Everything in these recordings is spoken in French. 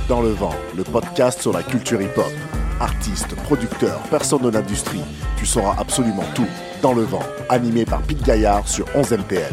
Dans le vent, le podcast sur la culture hip-hop. Artistes, producteurs, personnes de l'industrie, tu sauras absolument tout. Dans le vent, animé par Pete Gaillard sur 11 MPL.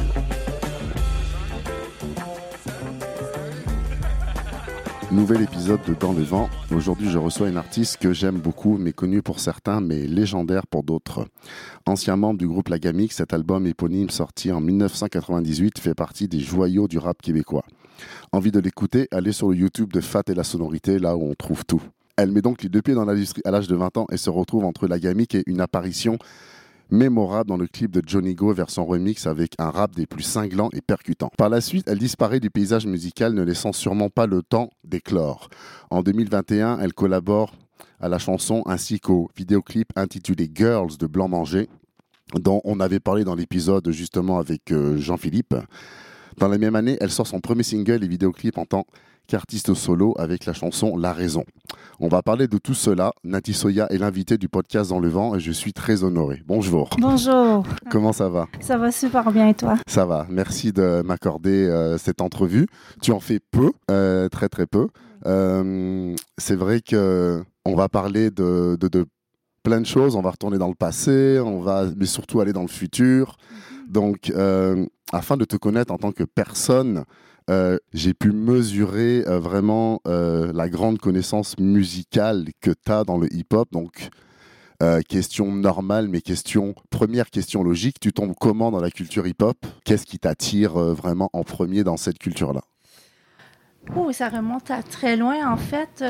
Nouvel épisode de Dans le vent. Aujourd'hui, je reçois une artiste que j'aime beaucoup, méconnue pour certains, mais légendaire pour d'autres. Ancien membre du groupe La Gamique, cet album éponyme sorti en 1998 fait partie des joyaux du rap québécois. Envie de l'écouter? Allez sur le YouTube de Fat et la sonorité, là où on trouve tout. Elle met donc les deux pieds dans l'industrie à l'âge de 20 ans et se retrouve entre La Gamique et une apparition mémorable dans le clip de Johnny Go version remix avec un rap des plus cinglants et percutants. Par la suite, elle disparaît du paysage musical, ne laissant sûrement pas le temps d'éclore. En 2021, elle collabore à la chanson ainsi qu'au vidéoclip intitulé Girls de Blanc Manger, dont on avait parlé dans l'épisode justement avec Jean-Philippe. Dans la même année, elle sort son premier single et vidéoclip en tant qu'artiste solo avec la chanson La Raison. On va parler de tout cela. Nati Soya est l'invitée du podcast Dans le vent et je suis très honoré. Bonjour. Bonjour. Comment ça va? Ça va super bien et toi? Ça va. Merci de m'accorder cette entrevue. Tu en fais peu, très très peu. C'est vrai qu'on va parler de plein de choses. On va retourner dans le passé, mais surtout aller dans le futur. Donc, afin de te connaître en tant que personne, j'ai pu mesurer vraiment la grande connaissance musicale que tu as dans le hip-hop. Donc, question normale, mais première question logique, tu tombes comment dans la culture hip-hop? Qu'est-ce qui t'attire vraiment en premier dans cette culture-là? Oh, ça remonte à très loin. En fait,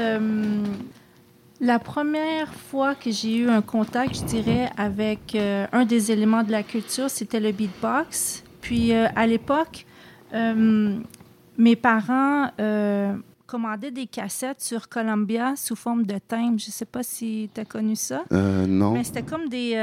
la première fois que j'ai eu un contact, je dirais, avec un des éléments de la culture, c'était le beatbox. Puis, à l'époque, mes parents commandaient des cassettes sur Columbia sous forme de timbre. Je ne sais pas si tu as connu ça. Non. Mais c'était comme des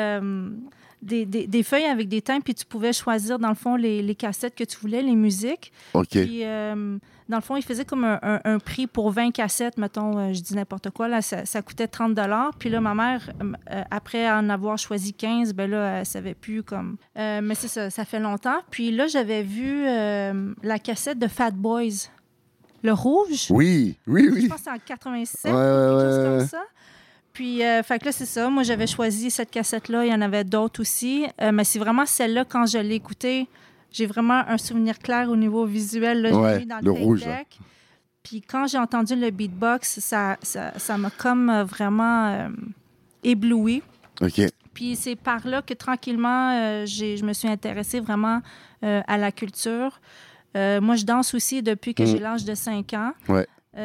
feuilles avec des timbres, puis tu pouvais choisir, dans le fond, les cassettes que tu voulais, les musiques. OK. Puis, dans le fond, ils faisaient comme un prix pour 20 cassettes, mettons, je dis n'importe quoi, là, ça coûtait 30 $. Puis là, ma mère, après en avoir choisi 15, ben là, elle ne savait plus comme... mais c'est ça, ça fait longtemps. Puis là, j'avais vu la cassette de Fat Boys, le rouge. Oui. Je pense que c'est en 87, quelque chose comme ça. Puis, fait que là, c'est ça. Moi, j'avais choisi cette cassette-là. Il y en avait d'autres aussi. Mais c'est vraiment celle-là, quand je l'ai écoutée, j'ai vraiment un souvenir clair au niveau visuel. Là, je l'ai mis dans le rouge. deck. Puis quand j'ai entendu le beatbox, ça m'a comme vraiment ébloui. OK. Puis c'est par là que tranquillement, je me suis intéressée vraiment à la culture. Moi, je danse aussi depuis que j'ai l'âge de 5 ans. Ouais.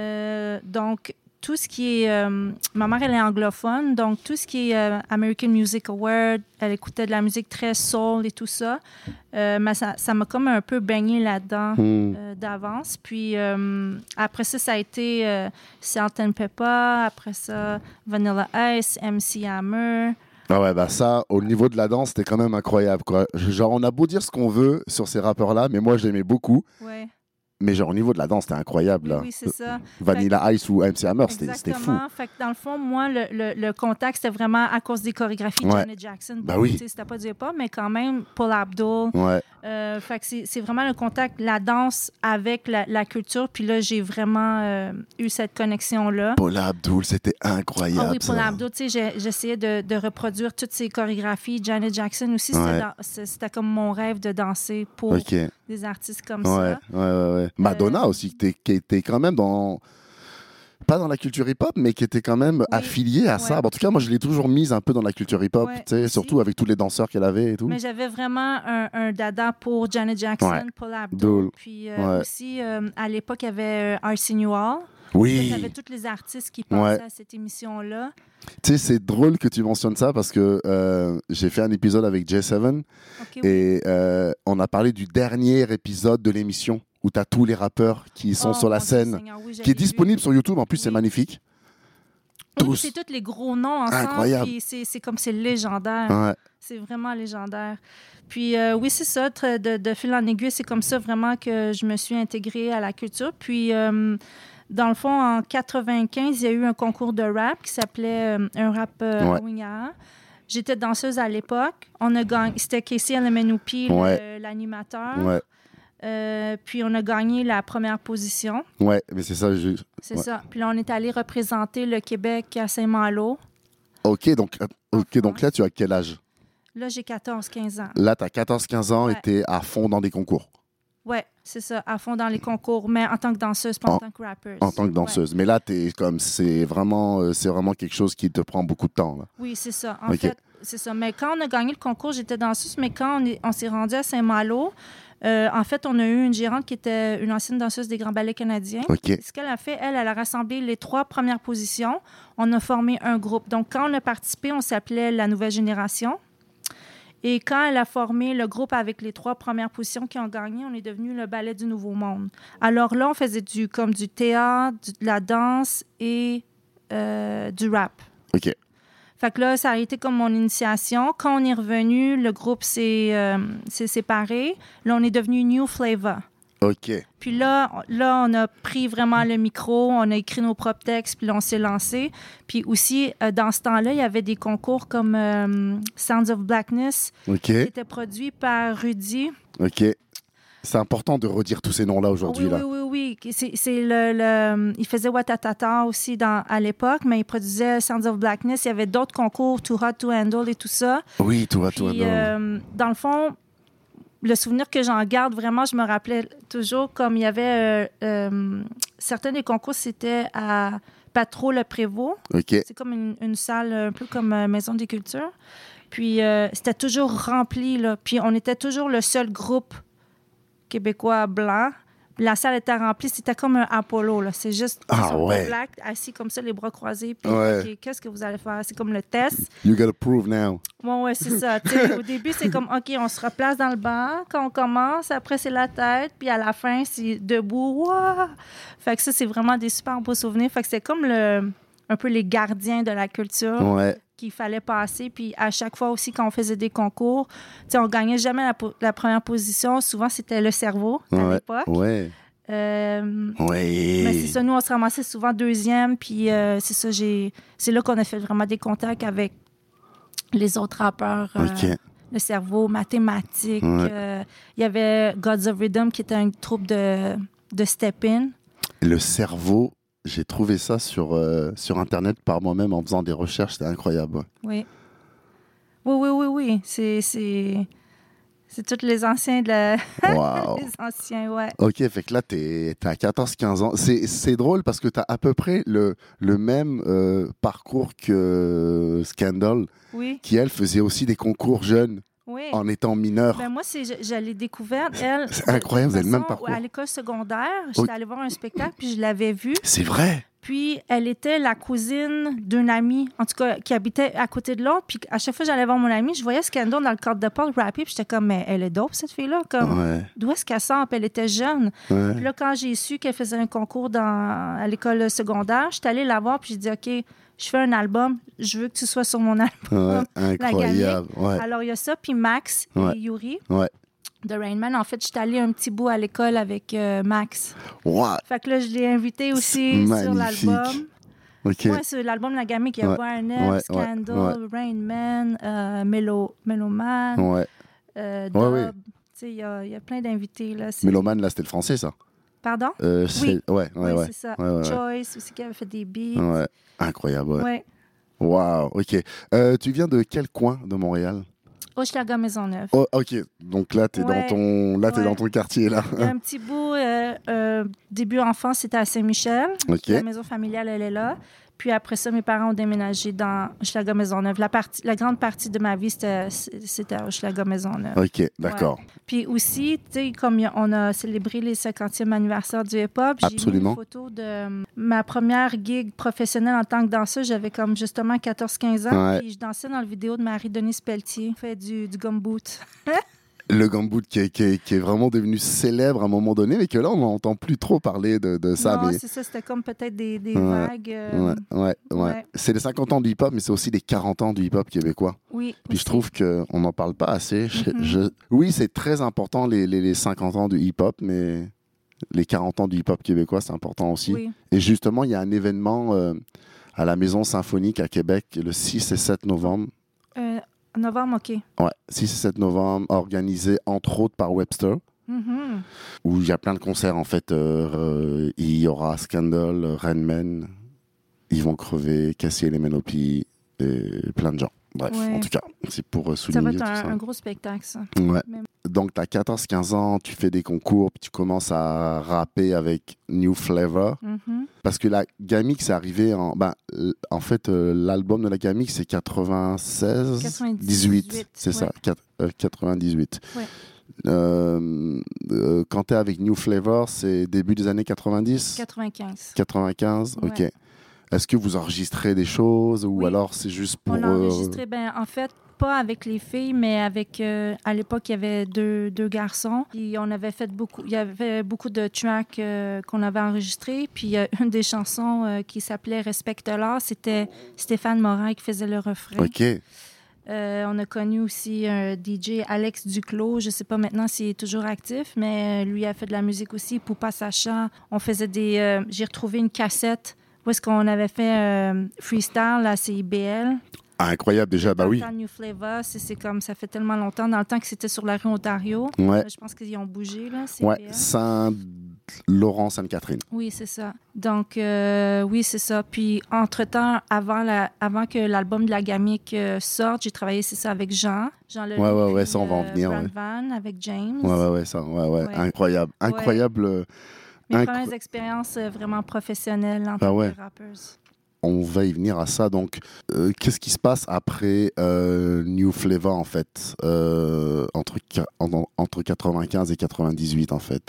Donc, tout ce qui est... ma mère, elle est anglophone, donc tout ce qui est American Music Award, elle écoutait de la musique très soul et tout ça. Mais ça m'a comme un peu baigné là-dedans d'avance. Puis après ça a été Salt and Pepper, après ça Vanilla Ice, MC Hammer. Ah ouais, bah ça, au niveau de la danse, c'était quand même incroyable, quoi. Genre, on a beau dire ce qu'on veut sur ces rappeurs-là, mais moi, je l'aimais beaucoup. Ouais. Mais genre, au niveau de la danse, c'était incroyable, là. Oui, c'est ça. Vanilla Ice ou MC Hammer, c'était fou. Exactement. Fait que dans le fond, moi, le contact, c'était vraiment à cause des chorégraphies de Janet Jackson. Ben oui. C'était pas du hip-hop, mais quand même, Paul Abdul. Ouais. Fait que c'est vraiment le contact, la danse avec la culture. Puis là, j'ai vraiment eu cette connexion-là. Paul Abdul, c'était incroyable. Ah oui, Paul ça. Abdul, tu sais, j'essayais de reproduire toutes ces chorégraphies. Janet Jackson aussi, c'était comme mon rêve de danser pour des artistes comme ça. Ouais. Madonna aussi, qui était quand même pas dans la culture hip-hop, mais qui était quand même affiliée à ça. En tout cas, moi, je l'ai toujours mise un peu dans la culture hip-hop, surtout avec tous les danseurs qu'elle avait et tout. Mais j'avais vraiment un dada pour Janet Jackson, Paul Abdul. Puis aussi, à l'époque, il y avait Arsenio Hall. Oui. Il y avait tous les artistes qui passaient à cette émission-là. Tu sais, c'est drôle que tu mentionnes ça parce que j'ai fait un épisode avec J7 et on a parlé du dernier épisode de l'émission où tu as tous les rappeurs qui sont sur la scène, qui est disponible sur YouTube. En plus, c'est magnifique. Tous. C'est tous les gros noms ensemble. Incroyable. Puis c'est légendaire. Ouais. C'est vraiment légendaire. Puis oui, c'est ça. De fil en aiguille, c'est comme ça vraiment que je me suis intégrée à la culture. Puis... dans le fond, en 95, il y a eu un concours de rap qui s'appelait Un rap Wingaha. J'étais danseuse à l'époque. On a gagné. C'était Casey Elemenoupi, l'animateur. Ouais. Puis on a gagné la première position. Ouais, mais c'est ça. C'est ça. Puis là, on est allé représenter le Québec à Saint-Malo. OK, donc là, tu as quel âge? Là, j'ai 14-15 ans. Là, tu as 14-15 ans et Ouais. tu es à fond dans des concours. Oui, c'est ça, à fond dans les concours, mais en tant que danseuse, pas en tant que rappeuse. En tant que danseuse. Ouais. Mais là, c'est vraiment quelque chose qui te prend beaucoup de temps. Là. Oui, c'est ça. En OK. fait, c'est ça. Mais quand on a gagné le concours, j'étais danseuse, mais quand on s'est rendu à Saint-Malo, en fait, on a eu une gérante qui était une ancienne danseuse des Grands Ballets canadiens. OK. Ce qu'elle a fait, elle a rassemblé les 3 premières positions. On a formé un groupe. Donc, quand on a participé, on s'appelait la Nouvelle Génération. Et quand elle a formé le groupe avec les 3 premières positions qui ont gagné, on est devenu le Ballet du Nouveau Monde. Alors là, on faisait du théâtre, de la danse et du rap. OK. Fait que là, ça a été comme mon initiation. Quand on est revenu, le groupe s'est séparé. Là, on est devenu New Flavor. OK. Puis là, on a pris vraiment le micro, on a écrit nos propres textes, puis là, on s'est lancé. Puis aussi, dans ce temps-là, il y avait des concours comme Sounds of Blackness, OK. qui était produit par Rudy. OK. C'est important de redire tous ces noms-là aujourd'hui. Oui, là. oui. Il faisait Watatata aussi à l'époque, mais il produisait Sounds of Blackness. Il y avait d'autres concours, Too Hot to Handle et tout ça. Oui, tout va, Puis, tout va. dans le fond, le souvenir que j'en garde vraiment, je me rappelais toujours comme il y avait certains des concours, c'était à Patro-le-Prévost. OK. C'est comme une salle un peu comme Maison des Cultures. Puis c'était toujours rempli, là. Puis on était toujours le seul groupe québécois blanc. Puis la salle était remplie, c'était comme un Apollo, là. C'est juste ouais. black, assis comme ça, les bras croisés. Puis Ouais. OK, qu'est-ce que vous allez faire? C'est comme le test. You gotta prove now. Ouais, c'est ça. T'sais, au début, c'est comme, OK, on se replace dans le banc quand on commence. Après, c'est la tête. Puis à la fin, c'est debout. Wow! Fait que ça, c'est vraiment des super beaux souvenirs. Fait que c'est comme un peu les gardiens de la culture Ouais. qu'il fallait passer. Puis à chaque fois aussi, quand on faisait des concours, on gagnait jamais la première position. Souvent, c'était le cerveau à l'époque. Ouais. Mais c'est ça, nous, on se ramassait souvent deuxième. Puis c'est ça, c'est là qu'on a fait vraiment des contacts avec les autres rappeurs. OK. Le cerveau, mathématiques. Ouais. Il y avait Gods of Rhythm, qui était une troupe de step-in. Le cerveau, j'ai trouvé ça sur Internet par moi-même en faisant des recherches. C'était incroyable. Oui. Oui. C'est tous les anciens de la... Wow. Les anciens, ouais. OK, fait que là, t'as 14-15 ans. C'est drôle parce que t'as à peu près le même parcours que Scandal, Oui. qui, elle, faisait aussi des concours jeunes Oui. en étant mineure. Ben moi, je l'ai découverte, elle. C'est incroyable, vous avez le même parcours. À l'école secondaire, j'étais allée voir un spectacle, puis je l'avais vue. C'est vrai? Puis, elle était la cousine d'une amie, en tout cas, qui habitait à côté de l'autre. Puis, à chaque fois que j'allais voir mon amie, je voyais Scandal dans le cadre de Paul rapper. Puis, j'étais comme, mais elle est dope, cette fille-là. Comme, Ouais. d'où est-ce qu'elle sort? Puis, elle était jeune. Ouais. Puis là, quand j'ai su qu'elle faisait un concours à l'école secondaire, j'étais allée la voir. Puis, j'ai dit, OK, je fais un album. Je veux que tu sois sur mon album. Ouais, La incroyable. Ouais. Alors, il y a ça. Puis, Max et Yuri Ouais. de Rain Man. En fait, j'étais allée un petit bout à l'école avec Max. Wow. Fait que là, je l'ai invité aussi Magnifique. sur l'album. OK. Oui, c'est l'album La Gamique. Il y a Warner, Scandal, Rain Man, Meloman, Ouais. Dub. ouais. Tu sais, il y a plein d'invités. Là. Méloman, là, c'était le français, ça? Pardon? Oui. Ouais. Oui, c'est ça. Ouais. Choice aussi qui avait fait des beats. Ouais. Incroyable, ouais. Ouais. Wow, OK. Tu viens de quel coin de Montréal? Hochelaga Maisonneuve. Oh, OK. Donc là, t'es Ouais. t'es dans ton quartier, là. Il y a un petit bout, début enfance, c'était à Saint-Michel. OK. La maison familiale, elle est là. Puis après ça, mes parents ont déménagé dans Hochelaga Maisonneuve. La grande partie de ma vie, c'était à Hochelaga Maisonneuve. OK, d'accord. Ouais. Puis aussi, tu sais, comme on a célébré les 50e anniversaire du hip-hop, j'ai mis Absolument. une photo de ma première gig professionnelle en tant que danseuse. J'avais comme justement 14-15 ans. Ouais. Puis je dansais dans le vidéo de Marie-Denise Pelletier. On fait du gumboot. Le gumboot qui est vraiment devenu célèbre à un moment donné, mais que là, on n'entend plus trop parler de ça. Non, mais... c'est ça. C'était comme peut-être des Ouais. vagues. Ouais. C'est les 50 ans du hip-hop, mais c'est aussi les 40 ans du hip-hop québécois. Oui. Puis je trouve qu'on n'en parle pas assez. Mm-hmm. Oui, c'est très important, les 50 ans du hip-hop, mais les 40 ans du hip-hop québécois, c'est important aussi. Oui. Et justement, il y a un événement à la Maison Symphonique à Québec le 6 et 7 novembre. Novembre, OK. Ouais, 6 et 7 novembre, organisé entre autres par Webster. où il y a plein de concerts, en fait. Il y aura Scandal, Rain Man, ils vont crever, Cassie et les Menopy, et plein de gens. Bref, en tout cas, c'est pour souligner ça va être tout ça. un gros spectacle, ça. Ouais. Même. Donc, tu as 14-15 ans, tu fais des concours, puis tu commences à rapper avec New Flavor. Parce que la Gamix, c'est arrivé en fait, l'album de la Gamix, c'est 96, 18, c'est ça, 98. Ouais. Quand tu es avec New Flavor, c'est début des années 90 95. 95, Ouais. ok. Est-ce que vous enregistrez des choses ou alors c'est juste pour... On a enregistré, en fait, pas avec les filles, mais avec... à l'époque, il y avait deux garçons. Puis on avait fait il y avait beaucoup de tracks qu'on avait enregistrés. Puis il y a une des chansons qui s'appelait Respecte-l'art. C'était Stéphane Morin qui faisait le refrain. OK. On a connu aussi un DJ, Alex Duclos. Je ne sais pas maintenant s'il est toujours actif, mais lui a fait de la musique aussi. Poupa Sacha. On faisait des... j'ai retrouvé une cassette où est-ce qu'on avait fait freestyle à CIBL. Ah, incroyable déjà, bah oui. Dans le temps, New Flavor, c'est comme ça fait tellement longtemps. Dans le temps que c'était sur la rue Ontario. Ouais. Je pense qu'ils ont bougé, là, CIBL. Ouais, Saint-Laurent, Sainte-Catherine. Oui, c'est ça. Donc, oui, c'est ça. Puis, entre-temps, avant que l'album de la Gamique sorte, j'ai travaillé, c'est ça, avec Jean Leloup. Ouais, ça, on va en venir. Brand Van, avec James. Ouais. Incroyable. Incroyable. Mes premières expériences vraiment professionnelles en tant que rappeuse. On va y venir à ça. Donc, qu'est-ce qui se passe après New Flavor, en fait, entre 95 et 98, en fait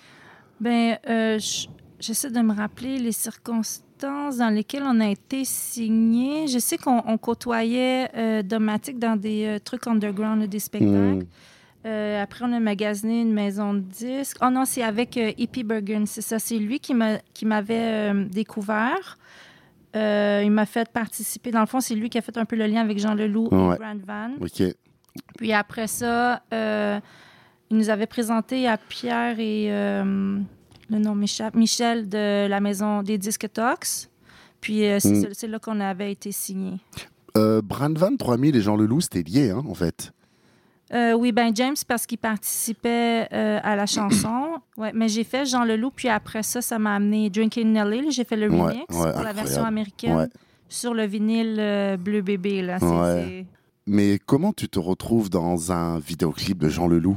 j'essaie de me rappeler les circonstances dans lesquelles on a été signé. Je sais qu'on côtoyait Domatic dans des trucs underground, des spectacles. Après, on a magasiné une maison de disques. Oh non, c'est avec Hippie Bergen, c'est ça. C'est lui qui m'avait découvert. Il m'a fait participer. Dans le fond, c'est lui qui a fait un peu le lien avec Jean Leloup et Brand Van. OK. Puis après ça, il nous avait présenté à Pierre et le nom m'échappe, Michel de la maison des disques Tox. Puis c'est là qu'on avait été signés. Brand Van 3000 et Jean Leloup, c'était lié, hein, en fait. Oui, James, parce qu'il participait à la chanson. Ouais, mais j'ai fait Jean Leloup, puis après ça m'a amené Drinking Nelly. J'ai fait le remix pour la version américaine sur le vinyle Bleu Bébé. Là. C'est... Mais comment tu te retrouves dans un vidéoclip de Jean Leloup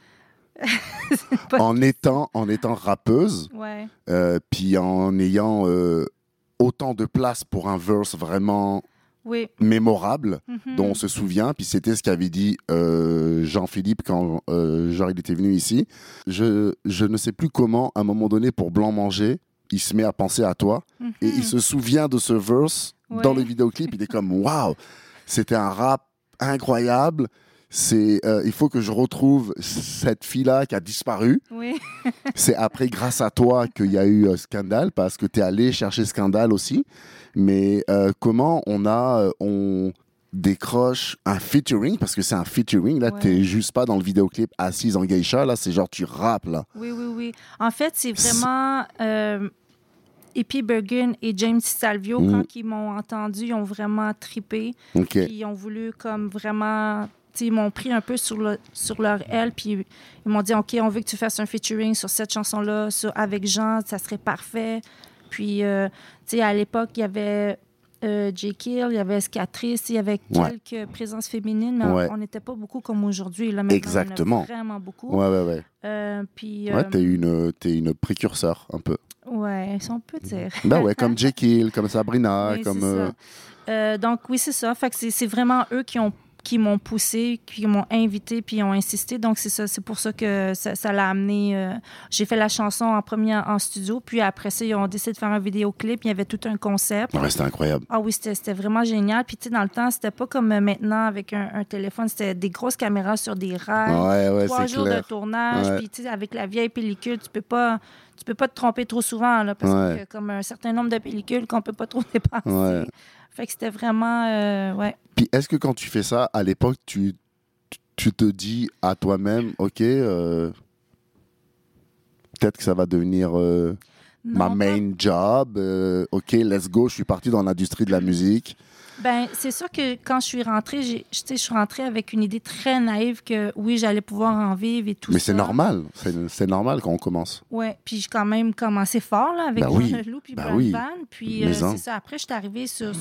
en étant rappeuse, puis en ayant autant de place pour un verse vraiment... mémorable, dont on se souvient, puis c'était ce qu'avait dit Jean-Philippe quand genre il était venu ici. Je ne sais plus comment, à un moment donné, pour Blanc Manger, il se met à penser à toi, et il se souvient de ce verse dans le vidéoclip, il est comme « Waouh, c'était un rap incroyable, il faut que je retrouve cette fille-là qui a disparu. » C'est après, grâce à toi, qu'il y a eu Scandale, parce que tu es allé chercher Scandale aussi. Mais comment on décroche un featuring, parce que c'est un featuring, là, t'es juste pas dans le vidéoclip assise en geisha, là, c'est genre tu rappes, là. Oui. En fait, c'est vraiment... Hippie Bergen et James Salvio, quand ils m'ont entendu, ils ont vraiment trippé. Puis ils ont voulu comme vraiment... Ils m'ont pris un peu sur leur aile, puis ils m'ont dit « OK, on veut que tu fasses un featuring sur cette chanson-là, avec Jean, ça serait parfait. » Puis, à l'époque, il y avait J. Kill, il y avait Scatrice, il y avait quelques présences féminines, mais on n'était pas beaucoup comme aujourd'hui. Là, maintenant, exactement. on en a vraiment beaucoup. Puis, t'es une précurseur, un peu. Ouais, si on peut dire. Comme J. Kill, comme Sabrina, comme... Donc, oui, c'est ça. Fait que c'est vraiment eux qui m'ont poussé, qui m'ont invité, puis ont insisté. Donc, c'est ça. C'est pour ça que ça l'a amené... j'ai fait la chanson en premier en studio, puis après ça, ils ont décidé de faire un vidéoclip. Il y avait tout un concept. Ouais, c'était incroyable. Ah oui, c'était vraiment génial. Puis, tu sais, dans le temps, c'était pas comme maintenant avec un téléphone. C'était des grosses caméras sur des rails. 3 jours de tournage. Puis, tu sais, avec la vieille pellicule, tu peux pas te tromper trop souvent, là, parce qu'il y a comme un certain nombre de pellicules qu'on peut pas trop dépenser. Fait que c'était vraiment... Puis est-ce que quand tu fais ça, à l'époque, tu te dis à toi-même, OK, peut-être que ça va devenir ma main job, OK, let's go, je suis parti dans l'industrie de la musique. Ben, c'est sûr que quand je suis rentrée, je suis rentrée avec une idée très naïve que oui, j'allais pouvoir en vivre et tout Mais ça. c'est normal. C'est normal quand on commence. Oui, puis j'ai quand même commencé fort là, avec Ben oui. Jean Leloup puis Ben Brad oui. Van. Puis Mais c'est ça. Après, je suis arrivée sur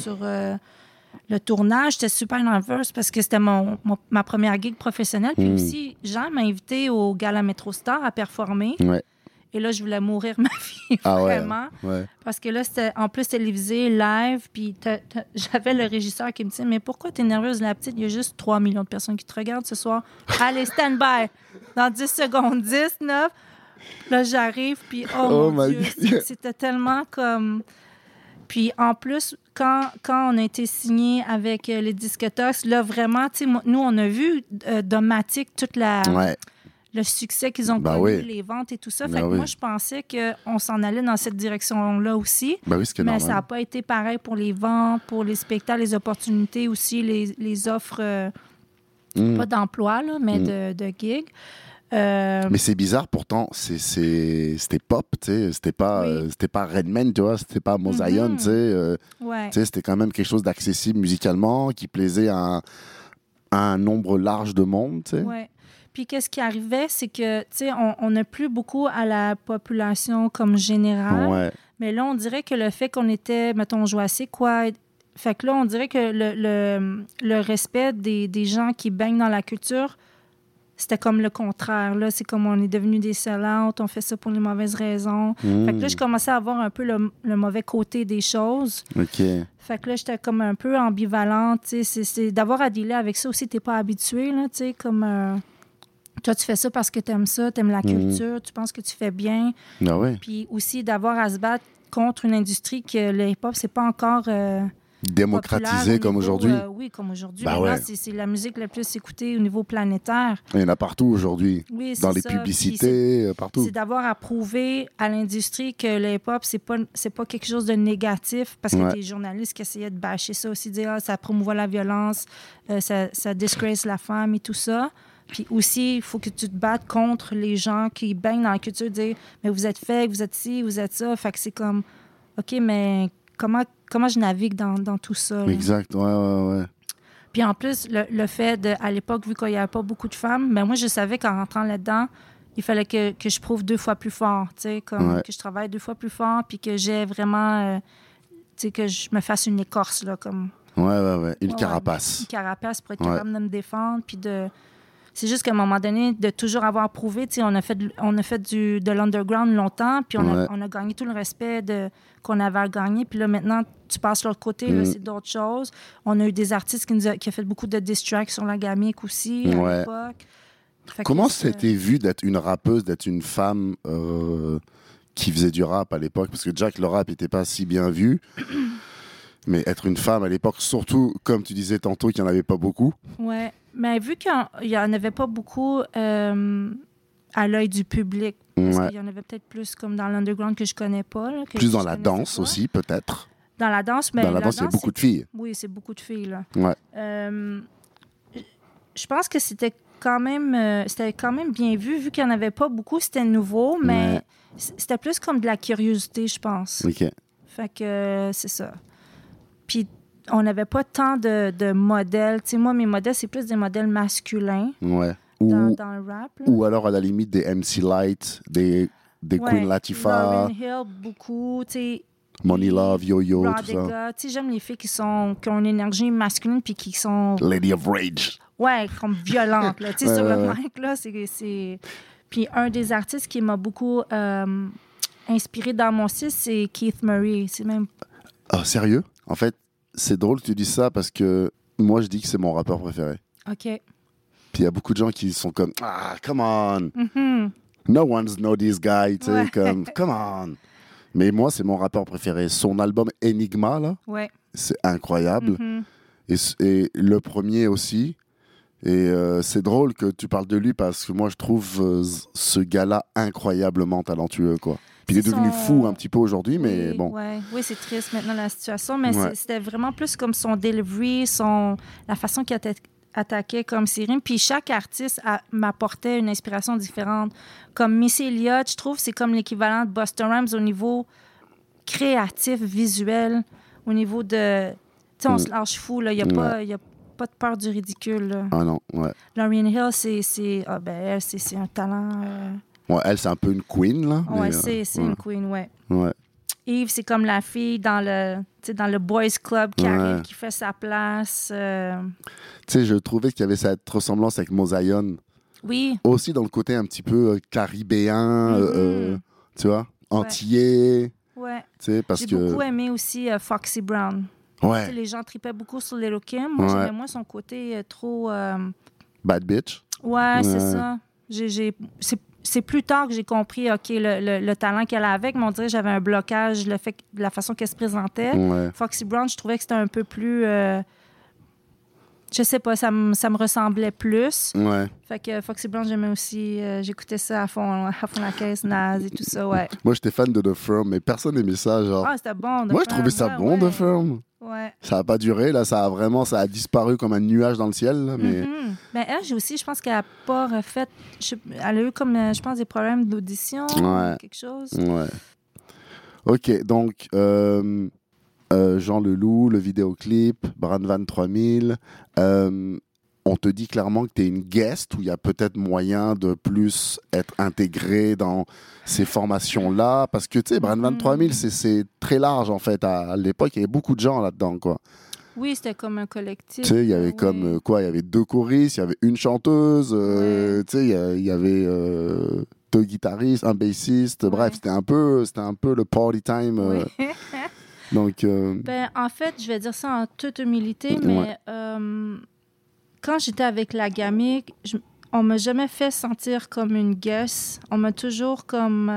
le tournage. J'étais super nerveuse parce que c'était ma première gig professionnelle. Puis aussi, Jean m'a invité au Gala Metro Star à performer. Ouais. Et là, je voulais mourir ma vie, vraiment. Ouais. Parce que là, en plus, télévisé, live. Puis j'avais le régisseur qui me disait, mais pourquoi t'es nerveuse, la petite? Il y a juste 3 millions de personnes qui te regardent ce soir. Allez, stand by. Dans 10 secondes, 10, 9. Là, j'arrive, puis oh mon Dieu, c'était tellement comme... Puis en plus, quand on a été signé avec les Discotox, là, vraiment, tu sais, nous, on a vu Domatic, toute la... Ouais. Le succès qu'ils ont connu, les ventes et tout ça. Fait que moi, je pensais qu'on s'en allait dans cette direction-là aussi. Ben oui, c'est mais normal. ça n'a pas été pareil pour les ventes, pour les spectacles, les opportunités aussi, les offres, pas d'emploi, là, mais de gigs. Mais c'est bizarre, pourtant, c'était pop, tu sais. C'était pas Redman, tu vois. C'était pas Mosaïon, tu sais. Tu sais, c'était quand même quelque chose d'accessible musicalement, qui plaisait à un nombre large de monde, tu sais. Ouais. Puis qu'est-ce qui arrivait, c'est que, tu sais, on n'a plus beaucoup à la population comme générale. Ouais. Mais là, on dirait que le fait qu'on était, mettons, on jouait assez quoi. Fait que là, on dirait que le respect des gens qui baignent dans la culture, c'était comme le contraire. Là, c'est comme on est devenus des sell-out, on fait ça pour les mauvaises raisons. Fait que là, je commençais à voir un peu le mauvais côté des choses. OK. Fait que là, j'étais comme un peu ambivalente. Tu sais, c'est d'avoir à dealer avec ça aussi, t'es pas habitué, là, tu sais, comme... Toi, tu fais ça parce que tu aimes ça, tu aimes la culture, tu penses que tu fais bien. Ah ouais. Puis aussi d'avoir à se battre contre une industrie que le hip-hop, c'est pas encore démocratisé comme aujourd'hui. Oui, comme aujourd'hui. Bah Maintenant, ouais. c'est la musique la plus écoutée au niveau planétaire. Il y en a partout aujourd'hui. Oui, c'est dans les ça. publicités, partout. C'est d'avoir à prouver à l'industrie que le hip-hop, c'est pas quelque chose de négatif, parce qu'il y a des journalistes qui essayaient de bâcher ça aussi, dire ça promouvoit la violence, ça disgrace la femme et tout ça. Puis aussi, il faut que tu te battes contre les gens qui baignent dans la culture, dire mais vous êtes fake, vous êtes ci, vous êtes ça. Fait que c'est comme, OK, mais comment je navigue dans tout ça? Là? Exact, ouais. Puis en plus, le fait à l'époque, vu qu'il n'y avait pas beaucoup de femmes, ben moi, je savais qu'en rentrant là-dedans, il fallait que je prouve 2 fois plus fort, tu sais, comme que je travaille 2 fois plus fort, puis que j'ai vraiment, tu sais, que je me fasse une écorce, là, comme... Ouais. Une carapace. Une carapace pour être capable de me défendre, puis de... C'est juste qu'à un moment donné, de toujours avoir prouvé, tu sais, on a fait de l'underground longtemps, puis on a gagné tout le respect qu'on avait à gagner. Puis là, maintenant, tu passes de l'autre côté, là, c'est d'autres choses. On a eu des artistes qui ont fait beaucoup de diss tracks sur la gamique aussi, à l'époque. Comment c'était vu d'être une rappeuse, d'être une femme qui faisait du rap à l'époque? Parce que déjà que le rap n'était pas si bien vu, mais être une femme à l'époque, surtout, comme tu disais tantôt, qu'il n'y en avait pas beaucoup. Ouais. Mais vu qu'il n'y en avait pas beaucoup à l'œil du public, parce qu'il y en avait peut-être plus comme dans l'underground que je connais pas. Là, plus dans la danse aussi, peut-être. Dans la danse, mais dans la danse, il y a beaucoup de filles. Oui, c'est beaucoup de filles. Là. Ouais. Je pense que c'était quand même bien vu qu'il n'y en avait pas beaucoup. C'était nouveau, mais c'était plus comme de la curiosité, je pense. OK. Fait que c'est ça. Puis on n'avait pas tant de modèles. Tu sais, moi, mes modèles, c'est plus des modèles masculins dans le rap. Là. Ou alors, à la limite, des MC Light, des Queen Latifah. Lauryn Hill, beaucoup. Tu sais, Money Love, Yo-Yo, tout ça. Tu sais, j'aime les filles qui ont une énergie masculine puis qui sont... Lady of Rage. Ouais, comme violentes. Là. Tu sais, sur le mic, là, c'est... Puis un des artistes qui m'a beaucoup inspiré dans mon style, c'est Keith Murray. C'est même... Ah, sérieux? En fait, c'est drôle que tu dis ça parce que moi, je dis que c'est mon rappeur préféré. OK. Puis il y a beaucoup de gens qui sont comme « Ah, come on! Mm-hmm. No one's know this guy. » Tu sais, comme « Come on! » Mais moi, c'est mon rappeur préféré. Son album Enigma, là, c'est incroyable. Mm-hmm. Et le premier aussi. Et c'est drôle que tu parles de lui parce que moi, je trouve ce gars-là incroyablement talentueux, quoi. Puis il est devenu fou un petit peu aujourd'hui, mais bon. Oui, c'est triste maintenant la situation, mais c'était vraiment plus comme son delivery, la façon qu'il attaquait comme ses rimes. Puis chaque artiste m'apportait une inspiration différente. Comme Missy Elliott, je trouve, c'est comme l'équivalent de Busta Rhymes au niveau créatif, visuel, au niveau de... sais, on se lâche fou, là. Il n'y a pas de peur du ridicule, là. Ah non, ouais. Lauryn Hill, elle, c'est un talent. Ouais, elle, c'est un peu une queen, là. Ouais, mais, c'est une queen, ouais. Ouais. Yves, c'est comme la fille dans le boys club qui arrive, qui fait sa place. Tu sais, je trouvais qu'il y avait cette ressemblance avec Mosaïon. Oui. Aussi dans le côté un petit peu caribéen, tu vois, antillais. Ouais. Tu sais, parce J'ai beaucoup aimé aussi Foxy Brown. Ouais. Tu sais, les gens tripaient beaucoup sur Lil' Kim. Moi, j'aimais moins son côté trop... Bad bitch. Ouais, c'est ça. C'est plus tard que j'ai compris, OK, le talent qu'elle avait, mais on dirait que j'avais un blocage, la façon qu'elle se présentait. Ouais. Foxy Brown, je trouvais que c'était un peu plus... je sais pas, ça me ressemblait plus. Ouais. Fait que Foxy Brown, j'aimais aussi... j'écoutais ça à fond la caisse, Nas et tout ça, ouais. Moi, j'étais fan de The Firm, mais personne n'aimait ça, genre. Ah, c'était bon. Moi, je trouvais ça bon, The Firm. Ouais. Ça n'a pas duré, là, ça a disparu comme un nuage dans le ciel, là, mais... Ben, elle, je pense qu'elle n'a pas refait... Elle a eu comme, je pense, des problèmes d'audition, quelque chose. Ouais. OK, donc, Jean Leloup, le vidéoclip, Brandvan 3000, on te dit clairement que tu es une guest, où il y a peut-être moyen de plus être intégré dans ces formations-là, parce que, tu sais, Brandvan 3000, c'est très large, en fait. À l'époque, il y avait beaucoup de gens là-dedans, quoi. Oui, c'était comme un collectif. Tu sais, il y avait comme, quoi, il y avait 2 choristes, il y avait une chanteuse, tu sais, il y avait 2 guitaristes, un bassiste, bref, c'était un peu le party time. Donc, ben, en fait, je vais dire ça en toute humilité, mais quand j'étais avec la Gamique, on m'a jamais fait sentir comme une guest. On m'a toujours comme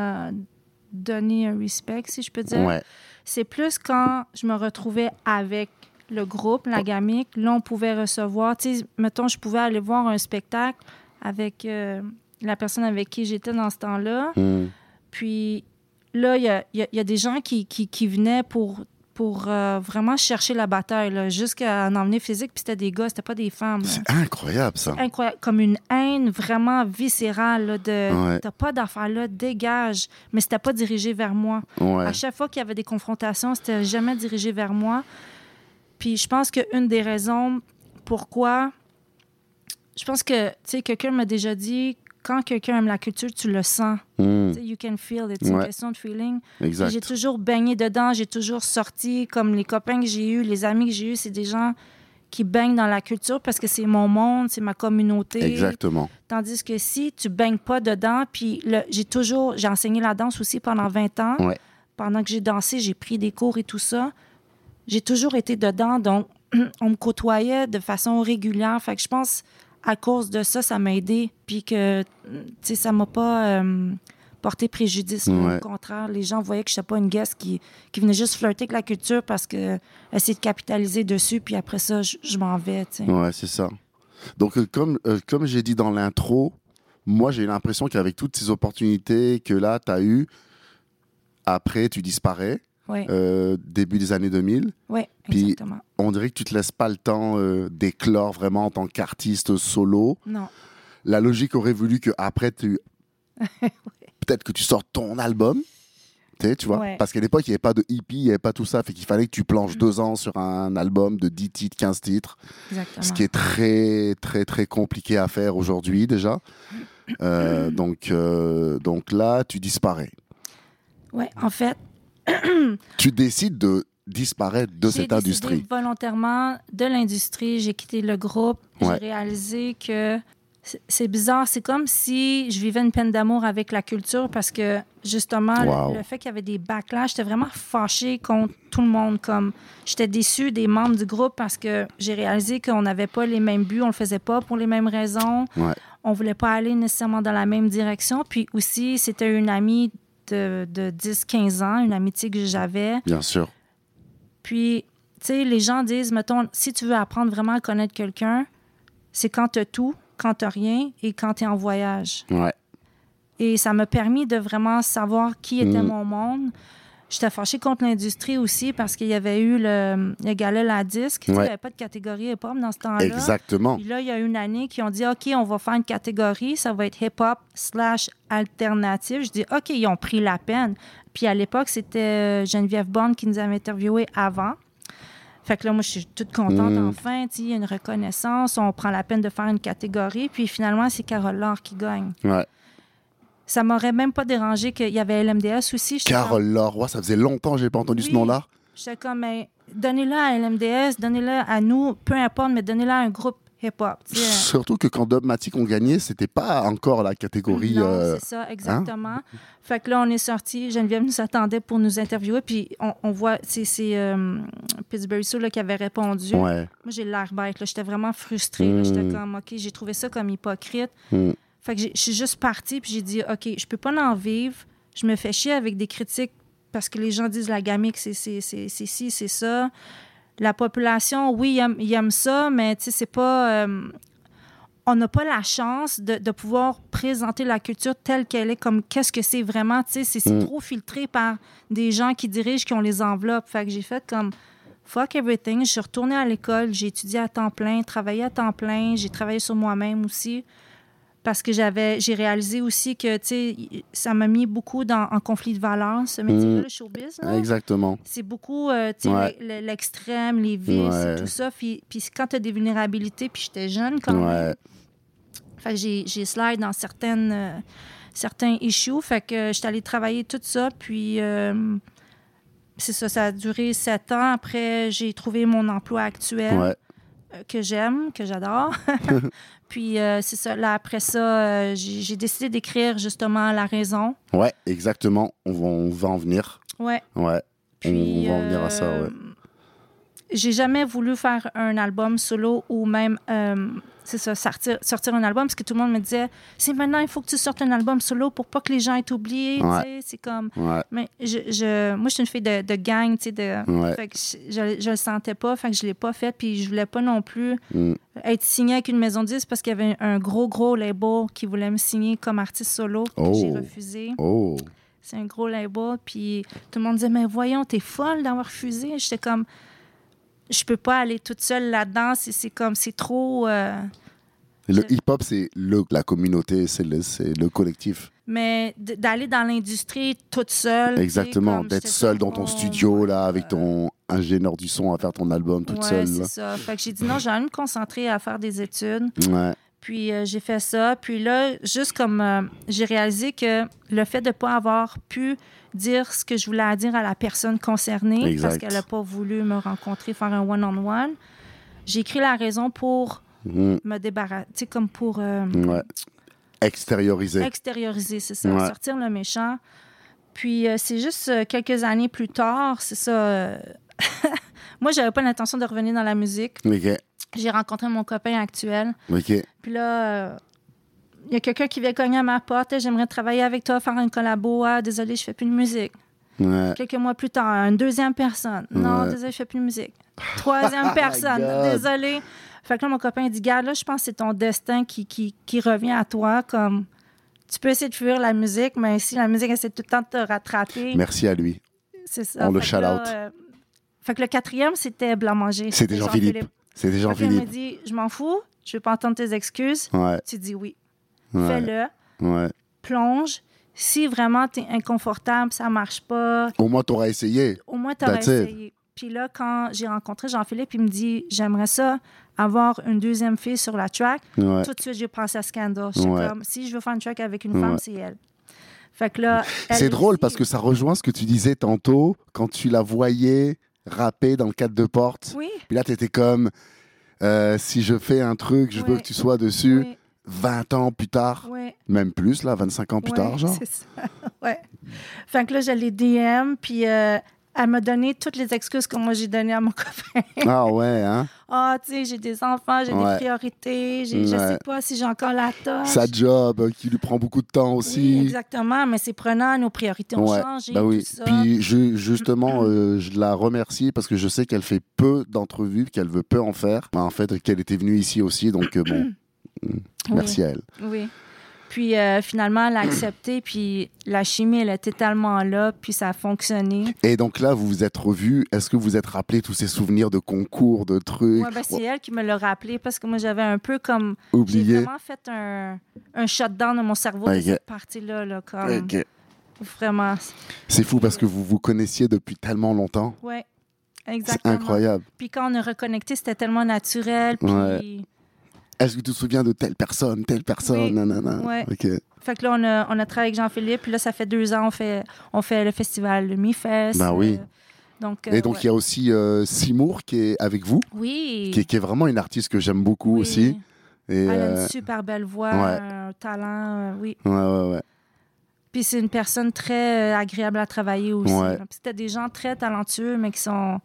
donné un respect, si je peux dire. Ouais. C'est plus quand je me retrouvais avec le groupe, la Gamique, là, on pouvait recevoir, tu sais, mettons, je pouvais aller voir un spectacle avec la personne avec qui j'étais dans ce temps-là. Puis là, il y a des gens qui venaient pour vraiment chercher la bataille, jusqu'à en emmener physique, puis c'était des gars, c'était pas des femmes. Là. C'est incroyable, ça. Incroyable. Comme une haine vraiment viscérale, là, t'as pas d'affaires là, dégage. Mais c'était pas dirigé vers moi. Ouais. À chaque fois qu'il y avait des confrontations, c'était jamais dirigé vers moi. Puis je pense qu'une des raisons pourquoi... Je pense que, tu sais, quelqu'un m'a déjà dit, quand quelqu'un aime la culture, tu le sens. You can feel it. C'est une question de feeling. Exact. J'ai toujours baigné dedans, j'ai toujours sorti. Comme les copains que j'ai eus, les amis que j'ai eus, c'est des gens qui baignent dans la culture parce que c'est mon monde, c'est ma communauté. Exactement. Tandis que si tu baignes pas dedans, puis j'ai enseigné la danse aussi pendant 20 ans. Ouais. Pendant que j'ai dansé, j'ai pris des cours et tout ça. J'ai toujours été dedans, donc on me côtoyait de façon régulière. Fait que je pense, à cause de ça, ça m'a aidé. Puis que, tu sais, ça m'a pas porté préjudice. Au contraire, les gens voyaient que je n'étais pas une guest qui venait juste flirter avec la culture parce que essayer de capitaliser dessus, puis après ça, je m'en vais, tu sais. Ouais, c'est ça. Donc, comme j'ai dit dans l'intro, moi, j'ai l'impression qu'avec toutes ces opportunités que là, tu as eues, après, tu disparais. Oui. Début des années 2000. Oui, exactement. Puis, on dirait que tu te laisses pas le temps d'éclore vraiment en tant qu'artiste solo. Non. La logique aurait voulu qu'après, peut-être que tu sortes ton album, tu vois. Parce qu'à l'époque, il n'y avait pas de hippie, il n'y avait pas tout ça. Fait qu'il fallait que tu planches 2 ans sur un album de 10 titres, 15 titres. Exactement. Ce qui est très, très, très compliqué à faire aujourd'hui, déjà. Donc là, tu disparais. Oui, en fait... Tu décides de disparaître de cette industrie. J'ai décidé volontairement de l'industrie. J'ai quitté le groupe. J'ai réalisé que c'est bizarre. C'est comme si je vivais une peine d'amour avec la culture parce que, justement, le fait qu'il y avait des backlash, j'étais vraiment fâchée contre tout le monde. Comme j'étais déçue des membres du groupe parce que j'ai réalisé qu'on n'avait pas les mêmes buts, on le faisait pas pour les mêmes raisons. Ouais. On voulait pas aller nécessairement dans la même direction. Puis aussi, c'était une amie de 10-15 ans, une amitié que j'avais. Bien sûr. Puis, tu sais, les gens disent, mettons, si tu veux apprendre vraiment à connaître quelqu'un, c'est quand tu as tout, quand tu n'as rien et quand tu es en voyage. Ouais. Et ça m'a permis de vraiment savoir qui était mon monde. J'étais fâchée contre l'industrie aussi parce qu'il y avait eu le galet La Disque. Il n'y avait pas de catégorie hip-hop dans ce temps-là. Exactement. Puis là, il y a eu une année qui ont dit, OK, on va faire une catégorie. Ça va être hip-hop / alternative. Je dis, OK, ils ont pris la peine. Puis à l'époque, c'était Geneviève Bond qui nous avait interviewés avant. Fait que là, moi, je suis toute contente, enfin, il y a une reconnaissance, on prend la peine de faire une catégorie, puis finalement, c'est Carole Laure qui gagne. Ouais. Ça m'aurait même pas dérangé qu'il y avait LMDS aussi. Carole Laure, ouais, ça faisait longtemps que j'ai pas entendu ce nom-là. J'étais comme, mais donnez-le à LMDS, donnez-le à nous, peu importe, mais donnez-le à un groupe hip-hop. Surtout que quand Dubmatic ont gagné, c'était pas encore la catégorie... Non, c'est ça, exactement. Fait que là, on est sortis, Geneviève nous attendait pour nous interviewer, puis on voit, c'est Pittsburgh Soul qui avait répondu. Ouais. Moi, j'ai l'air bête, là, j'étais vraiment frustrée. Là, j'étais comme, OK, j'ai trouvé ça comme hypocrite. Fait que je suis juste partie, puis j'ai dit, OK, je peux pas en vivre. Je me fais chier avec des critiques parce que les gens disent la gamique, c'est ci, c'est ça. La population, oui, ils aiment ça, mais tu sais, c'est pas... on n'a pas la chance de pouvoir présenter la culture telle qu'elle est, comme qu'est-ce que c'est vraiment. Tu sais, c'est trop filtré par des gens qui dirigent, qui ont les enveloppes. Fait que j'ai fait comme... Fuck everything. Je suis retournée à l'école, j'ai étudié à temps plein, travaillé à temps plein, j'ai travaillé sur moi-même aussi. Parce que j'ai réalisé aussi que, tu sais, ça m'a mis beaucoup en conflit de valeurs, ce métier-là, le showbiz. Là. Exactement. C'est beaucoup, tu sais, l'extrême, les vices et tout ça. Puis quand tu as des vulnérabilités, puis j'étais jeune quand même. Fait que j'ai slide dans certains issues. Fait que j'étais allée travailler tout ça. Puis c'est ça a duré 7 ans. Après, j'ai trouvé mon emploi actuel. Que j'aime, que j'adore. Puis, c'est ça. Là, après ça, j'ai décidé d'écrire justement La Raison. Ouais, exactement. On va en venir. Ouais. Puis, on va en venir à ça, ouais. J'ai jamais voulu faire un album solo ou même, c'est ça, sortir un album parce que tout le monde me disait, c'est maintenant, il faut que tu sortes un album solo pour pas que les gens aient oublié. Tu sais, c'est comme... Mais moi, je suis une fille de gang, tu sais, fait que je le sentais pas, fait que je l'ai pas fait, puis je voulais pas non plus être signée avec une maison de disques parce qu'il y avait un gros label qui voulait me signer comme artiste solo, que j'ai refusé. C'est un gros label, puis tout le monde disait, mais voyons, t'es folle d'avoir refusé. J'étais comme... Je peux pas aller toute seule là-dedans. C'est trop... Le hip-hop, c'est la communauté, c'est le collectif. Mais d'aller dans l'industrie toute seule... Exactement, d'être seule dans ton studio, là, avec ton ingénieur du son à faire ton album toute seule. Ouais, c'est ça. Fait que j'ai dit non, j'ai envie de me concentrer à faire des études. Ouais. Puis j'ai fait ça. Puis là, juste comme j'ai réalisé que le fait de ne pas avoir pu dire ce que je voulais dire à la personne concernée, parce qu'elle n'a pas voulu me rencontrer, faire un one-on-one, j'ai écrit La Raison pour me débarrasser, tu sais, comme pour... Extérioriser. Extérioriser, c'est ça. Sortir le méchant. Puis c'est juste quelques années plus tard, c'est ça... Moi, j'avais pas l'intention de revenir dans la musique. OK. J'ai rencontré mon copain actuel. OK. Puis là, il y a quelqu'un qui vient cogner à ma porte. J'aimerais travailler avec toi, faire une collabo. Ah, désolé, je fais plus de musique. Ouais. Quelques mois plus tard, une deuxième personne. Non, désolé, je fais plus de musique. Troisième personne. Désolé. Fait que là, mon copain dit, garde, là, je pense que c'est ton destin qui revient à toi. Comme, tu peux essayer de fuir la musique, mais si la musique essaie tout le temps de te rattraper... Merci à lui. C'est ça. On le shout-out. Fait que le quatrième, c'était Blanc-Manger. C'était Jean-Philippe. C'était Jean-Philippe. Il m'a dit, je m'en fous, je veux pas entendre tes excuses. Tu dis oui. Fais-le. Plonge. Si vraiment tu es inconfortable, ça marche pas. Au moins, tu auras essayé. Au moins, tu auras essayé. Puis là, quand j'ai rencontré Jean-Philippe, il me dit, j'aimerais ça, avoir une deuxième fille sur la track. Tout de suite, j'ai pensé à Scandal. J'étais comme, si je veux faire une track avec une femme, c'est elle. Fait que là, c'est drôle parce que ça rejoint ce que tu disais tantôt quand tu la voyais rapper dans le cadre de porte. Oui. Puis là, tu étais comme, si je fais un truc, je veux que tu sois dessus. 20 ans plus tard, même plus, là, 25 ans plus tard, genre. C'est ça, Fait que là, je l'ai DM, puis elle m'a donné toutes les excuses que moi, j'ai données à mon copain. Ah ouais, hein? Ah, tu sais, j'ai des enfants, j'ai des priorités, je sais pas si j'ai encore la tâche. Sa job, qui lui prend beaucoup de temps aussi. Oui, exactement, mais c'est prenant, nos priorités ont changé, tout ça. Puis justement, je la remercie parce que je sais qu'elle fait peu d'entrevues, qu'elle veut peu en faire. En fait, qu'elle était venue ici aussi, donc bon... Merci à elle. Oui. Puis finalement, elle a accepté, puis la chimie, elle était tellement là, puis ça a fonctionné. Et donc là, vous vous êtes revus. Est-ce que vous vous êtes rappelé tous ces souvenirs de concours, de trucs? Oui, c'est elle qui me l'a rappelé parce que moi, j'avais un peu comme... oublié. J'ai vraiment fait un shutdown de mon cerveau de cette partie-là. Là, comme... Vraiment. C'est fou parce que vous vous connaissiez depuis tellement longtemps. Oui. Exactement. C'est incroyable. Puis quand on a reconnecté, c'était tellement naturel. Puis... Ouais. Est-ce que tu te souviens de telle personne, Oui. nanana? Ouais. OK. Fait que là, on a travaillé avec Jean-Philippe. Puis là, ça fait 2 ans, on fait le festival de Mi-Fest. Ben oui. Donc, Et donc, il y a aussi Simour qui est avec vous, oui. qui est vraiment une artiste que j'aime beaucoup Oui. aussi. Et, Elle a une super belle voix, ouais. un talent, oui. Ouais. Puis c'est une personne très agréable à travailler aussi. Ouais. Puis c'était des gens très talentueux, mais qui sont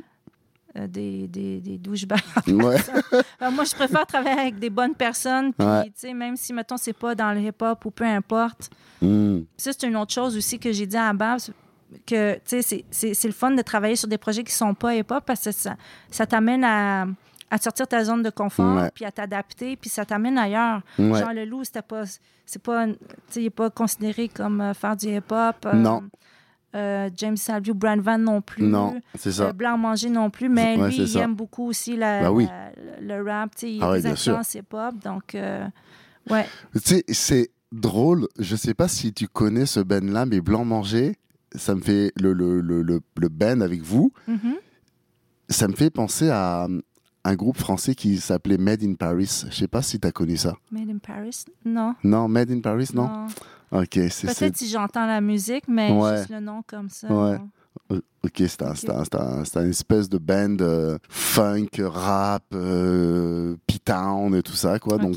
des douchebags. Ouais. Moi, je préfère travailler avec des bonnes personnes. Puis, Ouais. tu sais, même si, mettons, c'est pas dans le hip-hop ou peu importe. Ça, c'est une autre chose aussi que j'ai dit à Babs, que, tu sais, c'est le fun de travailler sur des projets qui sont pas hip-hop parce que ça t'amène à sortir ta zone de confort, Ouais. puis à t'adapter, puis ça t'amène ailleurs. Ouais. Jean Leloup, c'est pas, tu sais, il n'est pas considéré comme faire du hip-hop. Non. James Salvio, Brand Van non plus. Non, c'est ça. Blanc Manger non plus, mais Ouais, lui, c'est il ça. aime beaucoup aussi le rap, tu sais, il Ah a ouais, des bien sûr. influences hip-hop, donc, ouais. Tu sais, c'est drôle. Je sais pas si tu connais ce band-là, mais Blanc Manger, ça me fait le band avec vous. Mhm. Ça me fait penser à un groupe français qui s'appelait Made in Paris. Je sais pas si tu as connu ça. Made in Paris? Non. Non, Made in Paris, non? Ok, Peut-être si j'entends la musique, mais Ouais. juste le nom comme ça. Ouais. non. Ok, c'était une espèce de band funk, rap, P-Town et tout ça, quoi. Ok. Donc,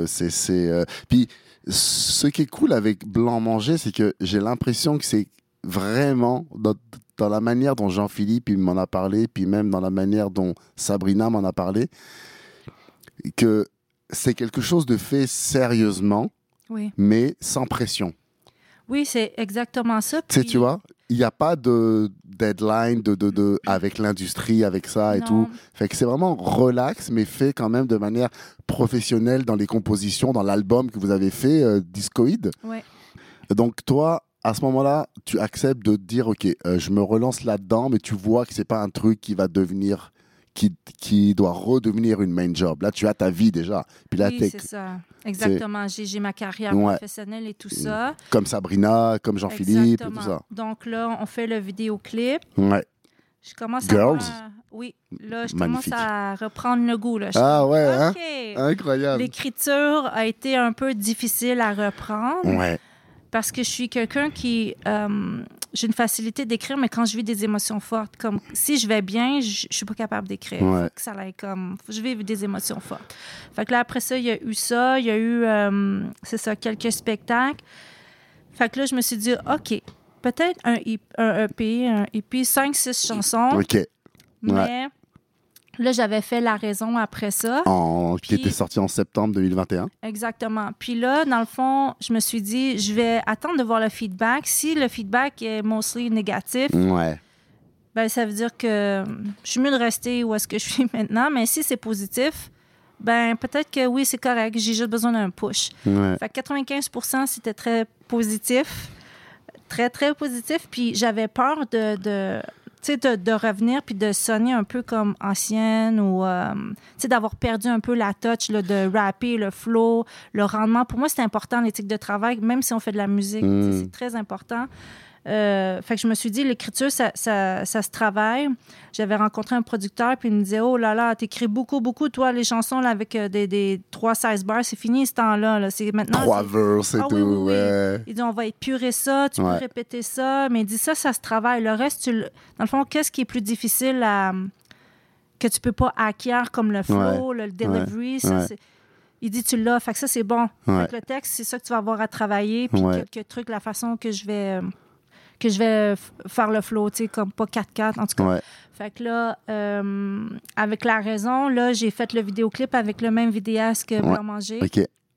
Puis, ce qui est cool avec Blanc Manger, c'est que j'ai l'impression que c'est vraiment dans la manière dont Jean-Philippe il m'en a parlé, puis même dans la manière dont Sabrina m'en a parlé, que c'est quelque chose de fait sérieusement, Oui. mais sans pression. Oui, c'est exactement ça. Tu sais, puis- tu vois, il n'y a pas de deadline avec l'industrie, avec ça et Non. tout. Fait que c'est vraiment relax, mais fait quand même de manière professionnelle dans les compositions, dans l'album que vous avez fait, Discoïde. Ouais. Donc toi, à ce moment-là, tu acceptes de te dire, OK, je me relance là-dedans, mais tu vois que c'est pas un truc qui va devenir, qui doit redevenir une main job. Là, tu as ta vie déjà. Puis là, Oui, t'es c'est ça. Exactement. J'ai ma carrière Ouais. professionnelle et tout ça. comme Sabrina, comme Jean-Philippe et tout Exactement. ça. Donc là, on fait le vidéoclip. Ouais. Je commence Girls. Oui, là, je Magnifique. commence à reprendre le goût. Là. Je Ah suis ouais, comme, hein? OK. Incroyable. L'écriture a été un peu difficile à reprendre Ouais. parce que je suis quelqu'un qui... j'ai une facilité d'écrire, mais quand je vis des émotions fortes, comme si je vais bien, je suis pas capable d'écrire. Ouais. Faut que ça aille comme... Faut que je vive des émotions fortes. Fait que là, après ça, il y a eu ça. Il y a eu, c'est ça, quelques spectacles. Fait que là, je me suis dit, OK, peut-être un EP, 5-6 chansons. OK. Mais là, j'avais fait La Raison après ça. Qui Puis- était sorti en septembre 2021. Exactement. Puis là, dans le fond, je me suis dit, je vais attendre de voir le feedback. Si le feedback est mostly négatif, Ouais. ben, ça veut dire que je suis mieux de rester où est-ce que je suis maintenant. Mais si c'est positif, ben peut-être que oui, c'est correct. J'ai juste besoin d'un push. Ouais. Fait que 95%, c'était très positif. Très, très positif. Puis j'avais peur de revenir puis de sonner un peu comme ancienne ou tu sais, d'avoir perdu un peu la touch là, de rapper, le flow, le rendement. Pour moi, c'est important, l'éthique de travail, même si on fait de la musique. Tu sais, c'est très important. Fait que je me suis dit, l'écriture, ça se travaille. J'avais rencontré un producteur, puis il me disait, oh là là, t'écris beaucoup, toi, les chansons là, avec des 3-16 bars, c'est fini ce temps-là. Là. C'est maintenant. 3 verses et Ah tout. oui, oui, oui. Ouais. Il dit, on va épurer ça, tu Ouais. peux répéter ça. Mais il dit, ça se travaille. Le reste, dans le fond, qu'est-ce qui est plus difficile que tu peux pas acquérir comme le flow, le delivery, ça, Ouais. c'est... Il dit, tu l'as. Fait que ça, c'est bon. Ouais. Fait que le texte, c'est ça que tu vas avoir à travailler. Puis Ouais. quelques trucs, la façon que je vais faire le flow, tu sais, comme pas 4-4, en tout cas. Ouais. Fait que là, avec La Raison, là, j'ai fait le vidéoclip avec le même vidéaste que Blanc Manger. OK.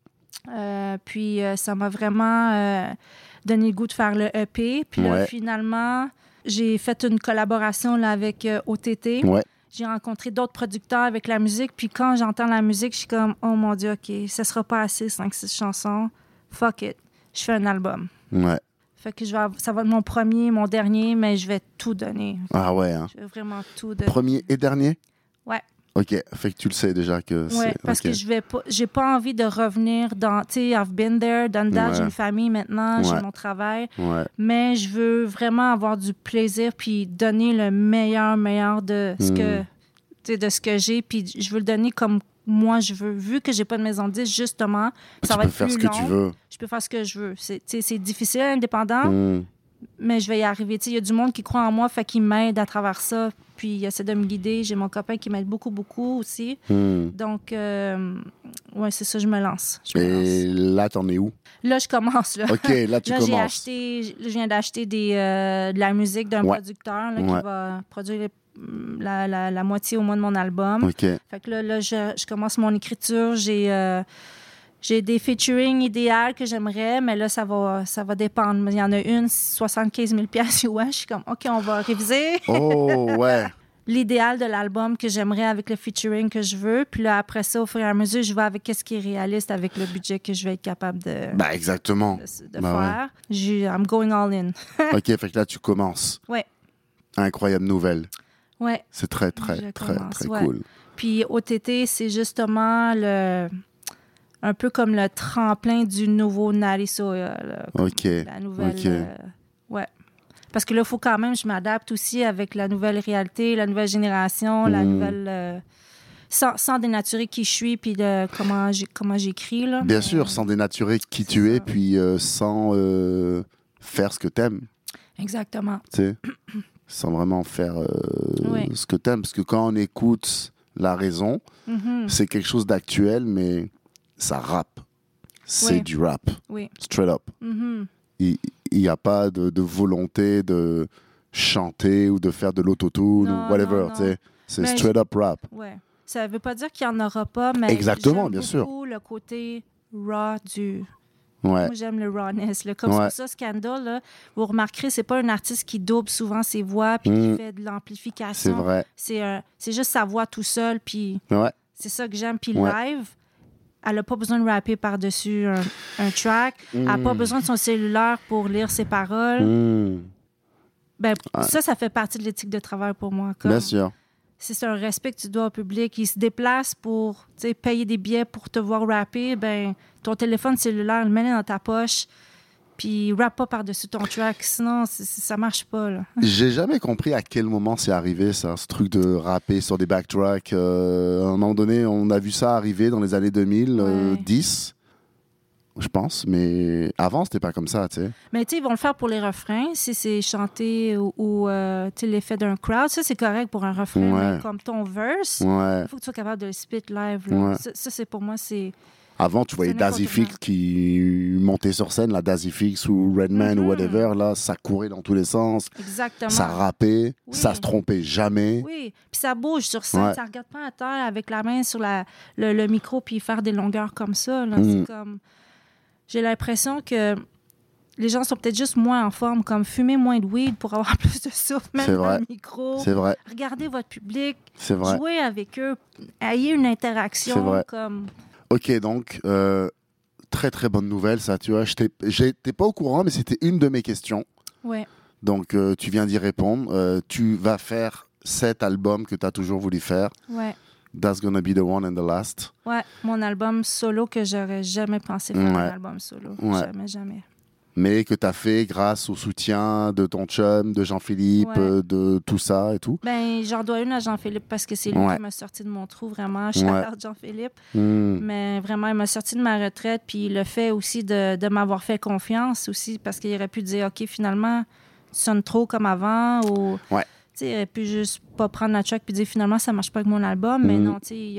Puis ça m'a vraiment donné le goût de faire le EP. Puis là, Ouais. finalement, j'ai fait une collaboration là, avec OTT. Ouais. J'ai rencontré d'autres producteurs avec la musique. Puis quand j'entends la musique, je suis comme, oh mon Dieu, OK, ça sera pas assez, 5-6 chansons. Fuck it. Je fais un album. Ouais. Fait que ça va être mon premier, mon dernier, mais je vais tout donner. Ah ouais, hein. Je vais vraiment tout donner. Premier et dernier? Ouais. OK. Fait que tu le sais déjà que Ouais, c'est... parce OK. que j'ai pas envie de revenir dans, tu sais, I've been there, done that, j'ai une famille maintenant, j'ai mon travail, mais je veux vraiment avoir du plaisir puis donner le meilleur de ce que, tu sais, de ce que j'ai, puis je veux le donner comme moi je veux. Vu que j'ai pas de maison de disque, justement, ça va être plus long. Tu peux faire ce que tu veux. Je peux faire ce que je veux. C'est difficile, indépendant, mais je vais y arriver. Tu sais, il y a du monde qui croit en moi, fait qu'il m'aide à travers ça. Puis il essaie de me guider. J'ai mon copain qui m'aide beaucoup aussi. Donc, ouais, c'est ça, je me lance. Et là, t'en es où? Là, je commence. Là. OK, là, tu commences. Je viens d'acheter de la musique d'un producteur là, qui va produire la moitié au moins de mon album. OK. Fait que là je commence mon écriture. J'ai des featuring idéales que j'aimerais, mais là, ça va dépendre. Il y en a une, 75 000 $. Ouais, je suis comme, OK, on va réviser. Oh, ouais. L'idéal de l'album que j'aimerais avec le featuring que je veux. Puis là, après ça, au fur et à mesure, je vais avec ce qui est réaliste, avec le budget que je vais être capable de, exactement. de faire. Ouais. I'm going all in. OK, fait que là, tu commences. Ouais. Incroyable nouvelle. Ouais. C'est très cool. Puis OTT, c'est justement un peu comme le tremplin du nouveau Natty Soya. OK. La nouvelle... ouais. Parce que là, il faut quand même, je m'adapte aussi avec la nouvelle réalité, la nouvelle génération, la nouvelle... sans dénaturer qui je suis, puis comment j'écris. Là. Bien sûr, sans dénaturer qui tu es, puis sans faire ce que t'aimes. Exactement. Tu sais, sans vraiment faire ce que t'aimes. Parce que quand on écoute La Raison, c'est quelque chose d'actuel, mais ça rappe. C'est du rap. Oui. Straight up. Il n'y a pas de volonté de chanter ou de faire de l'autotune ou whatever. Non. C'est straight up rap. Ouais. Ça ne veut pas dire qu'il n'y en aura pas, mais exactement, bien sûr. J'aime beaucoup le côté raw du... Ouais. Moi, j'aime le rawness. Là. Comme c'est pour ça, Scandal, là, vous remarquerez, c'est pas un artiste qui double souvent ses voix puis qui fait de l'amplification. C'est vrai. C'est juste sa voix tout seul. Puis c'est ça que j'aime. Puis live, elle n'a pas besoin de rapper par-dessus un track. Elle n'a pas besoin de son cellulaire pour lire ses paroles. Ça fait partie de l'éthique de travail pour moi. Bien sûr. Si c'est un respect que tu dois au public, il se déplace pour payer des billets pour te voir rapper, ton téléphone cellulaire, le mets dans ta poche, puis rappe pas par-dessus ton track, sinon ça marche pas. Là. J'ai jamais compris à quel moment c'est arrivé, ça, ce truc de rapper sur des backtracks. À un moment donné, on a vu ça arriver dans les années 2010. Je pense, mais avant, c'était pas comme ça, tu sais. Mais tu sais, ils vont le faire pour les refrains, si c'est chanté ou l'effet d'un crowd. Ça, c'est correct pour un refrain, mais comme ton verse, il faut que tu sois capable de le spit live. Là. Ça, c'est pour moi, c'est... Avant, tu voyais Dazzyfix qui montait sur scène, la Dazzyfix ou Redman ou whatever, là, ça courait dans tous les sens. Exactement. Ça rappait, ça se trompait jamais. Oui, puis ça bouge sur scène, ça regarde pas à terre avec la main sur le micro puis faire des longueurs comme ça. Là. C'est comme... J'ai l'impression que les gens sont peut-être juste moins en forme, comme fumer moins de weed pour avoir plus de souffle, même dans le micro. C'est vrai. Regardez votre public. C'est vrai. Jouez avec eux. Ayez une interaction. C'est vrai. Comme... OK, donc, très, très bonne nouvelle, ça. Tu vois, j'étais pas au courant, mais c'était une de mes questions. Ouais. Donc, tu viens d'y répondre. Tu vas faire cet album que tu as toujours voulu faire. Ouais. That's Gonna Be the One and the Last. Ouais, mon album solo que j'aurais jamais pensé faire un album solo. Jamais. Mais que tu as fait grâce au soutien de ton chum, de Jean-Philippe, de tout ça et tout. J'en dois une à Jean-Philippe parce que c'est lui qui m'a sorti de mon trou, vraiment. Je suis à Jean-Philippe. Mais vraiment, il m'a sorti de ma retraite. Puis le fait aussi de m'avoir fait confiance aussi parce qu'il aurait pu dire, OK, finalement, tu sonnes trop comme avant ou... Tu sais, il aurait pu juste pas prendre la track puis dire finalement ça marche pas avec mon album, mais non, tu sais, il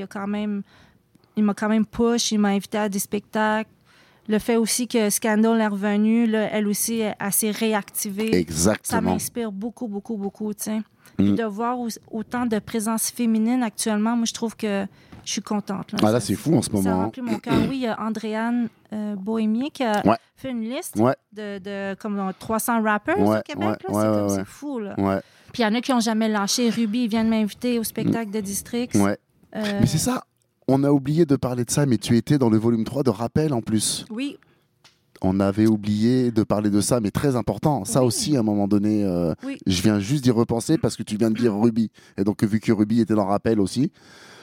m'a quand même push, il m'a invité à des spectacles. Le fait aussi que Scandal est revenue, là, elle aussi, elle s'est réactivée. Exactement. Ça m'inspire beaucoup, tu sais. Puis de voir autant de présence féminine actuellement, moi, je trouve que je suis contente. Là, là c'est fou en ce moment. Ça remplit mon cœur. Oui, il y a Andréane Bohémier qui a fait une liste de comme 300 rappers au Québec. C'est fou, là. Puis il y en a qui n'ont jamais lâché. Ruby, il vient de m'inviter au spectacle de Districts. Mais c'est ça. On a oublié de parler de ça, mais tu étais dans le volume 3 de Rappel en plus. Oui. On avait oublié de parler de ça, mais très important. Ça aussi, à un moment donné, je viens juste d'y repenser parce que tu viens de dire Ruby. Et donc, vu que Ruby était dans Rappel aussi,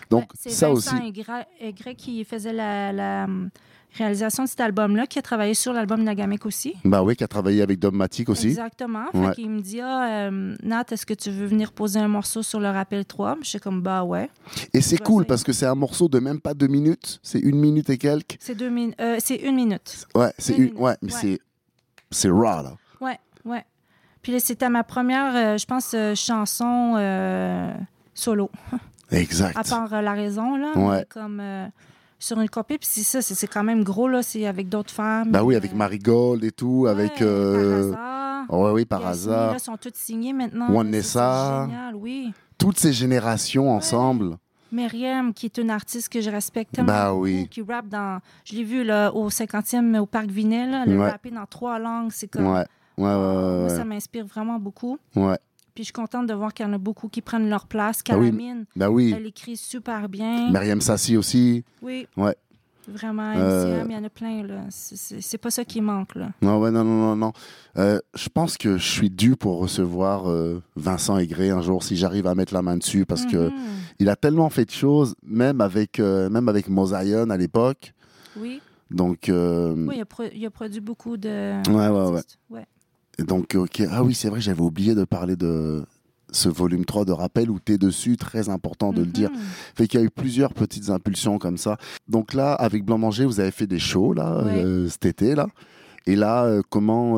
Donc, c'est ça Vincent aussi. Aigret qui faisait la réalisation de cet album-là, qui a travaillé sur l'album Nagamic aussi. Bah oui, qui a travaillé avec Dogmatic aussi. Exactement. Ouais. Fait qu'il me dit, Nat, est-ce que tu veux venir poser un morceau sur le Rappel 3? Je suis comme, bah ouais. Et c'est cool Vas-y. parce que c'est un morceau de même pas 2 minutes, c'est 1 minute et quelques. C'est 1 minute. Ouais, c'est Une minute. ouais, mais Ouais. c'est raw là. Ouais. Puis là, c'était ma première, je pense, chanson solo. Exact. À part La Raison, là. Ouais. Mais comme sur une copie. Puis c'est ça, c'est quand même gros, là. C'est avec d'autres femmes. Bah oui, avec Marigold et tout, avec... Par hasard. Ouais, oui, par Yasmine, hasard. là, sont toutes signées maintenant. Wanessa. C'est génial, oui. Toutes ces générations ensemble. Myriam, qui est une artiste que je respecte tellement Bah beaucoup, oui. qui rappe dans... Je l'ai vu là, au 50e au Parc Vinet, là, elle a Ouais. rappé dans 3 langues. C'est comme... Ouais. Moi, ça m'inspire vraiment beaucoup. Ouais. Puis je suis contente de voir qu'il y en a beaucoup qui prennent leur place. Ah oui. Calamine, Bah oui. elle écrit super bien. Mariam Sassi aussi. Oui. Ouais. Vraiment, MCM, il y en a plein, là. C'est pas ça qui manque, là. Non, ouais, non. Je pense que je suis dû pour recevoir Vincent Aigret un jour, si j'arrive à mettre la main dessus, parce que il a tellement fait de choses, même avec Mosaïon à l'époque. Oui. Donc, Oui, il a produit beaucoup de... Ouais. Ouais. Et donc, ok. Ah oui, c'est vrai, j'avais oublié de parler de ce volume 3 de Rappel où t'es dessus, très important de le dire. Fait qu'il y a eu plusieurs petites impulsions comme ça. Donc là, avec Blanc Manger, vous avez fait des shows là, cet été là. Et là, comment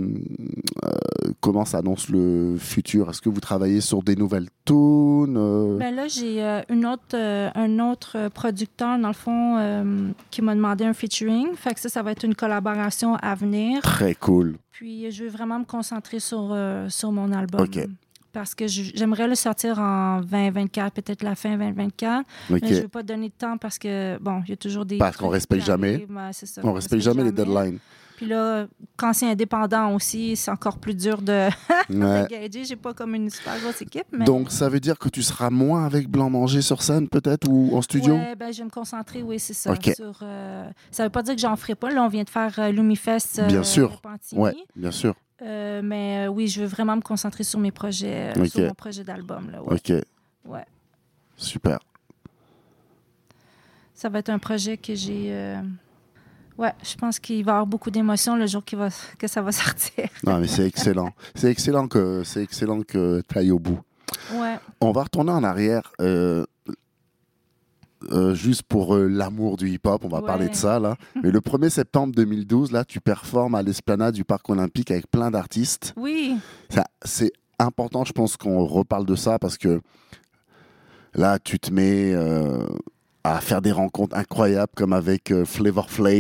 s'annonce le futur? Est-ce que vous travaillez sur des nouvelles tunes? Ben là, j'ai un autre producteur, dans le fond, qui m'a demandé un featuring. Fait que ça va être une collaboration à venir. Très cool. Puis, je vais vraiment me concentrer sur mon album. OK. Parce que j'aimerais le sortir en 2024, peut-être la fin 2024. OK. Mais je ne veux pas donner de temps parce que, bon, il y a toujours des... Parce qu'on respecte jamais. C'est ça, On respecte jamais les deadlines. Puis là, quand c'est indépendant aussi, c'est encore plus dur de gager. J'ai pas comme une super grosse équipe. Mais... Donc, ça veut dire que tu seras moins avec Blanc Manger sur scène, peut-être, ou en studio? Ouais, ben, je vais me concentrer, oui, c'est ça. OK. Ça veut pas dire que j'en ferai pas. Là, on vient de faire Lumifest. Bien sûr. Repentigny. Ouais, bien sûr. Mais oui, je veux vraiment me concentrer sur mes projets, sur mon projet d'album. Là, ouais. OK. Ouais. Super. Ça va être un projet que j'ai... Ouais, je pense qu'il va y avoir beaucoup d'émotions le jour que ça va sortir. Non, mais c'est excellent. C'est excellent que tu ailles au bout. Ouais. On va retourner en arrière, juste pour l'amour du hip-hop, on va parler de ça, là. Mais le 1er septembre 2012, là, tu performes à l'Esplanade du Parc Olympique avec plein d'artistes. Oui. Ça, c'est important, je pense qu'on reparle de ça, parce que là, tu te mets... à faire des rencontres incroyables comme avec Flavor Flav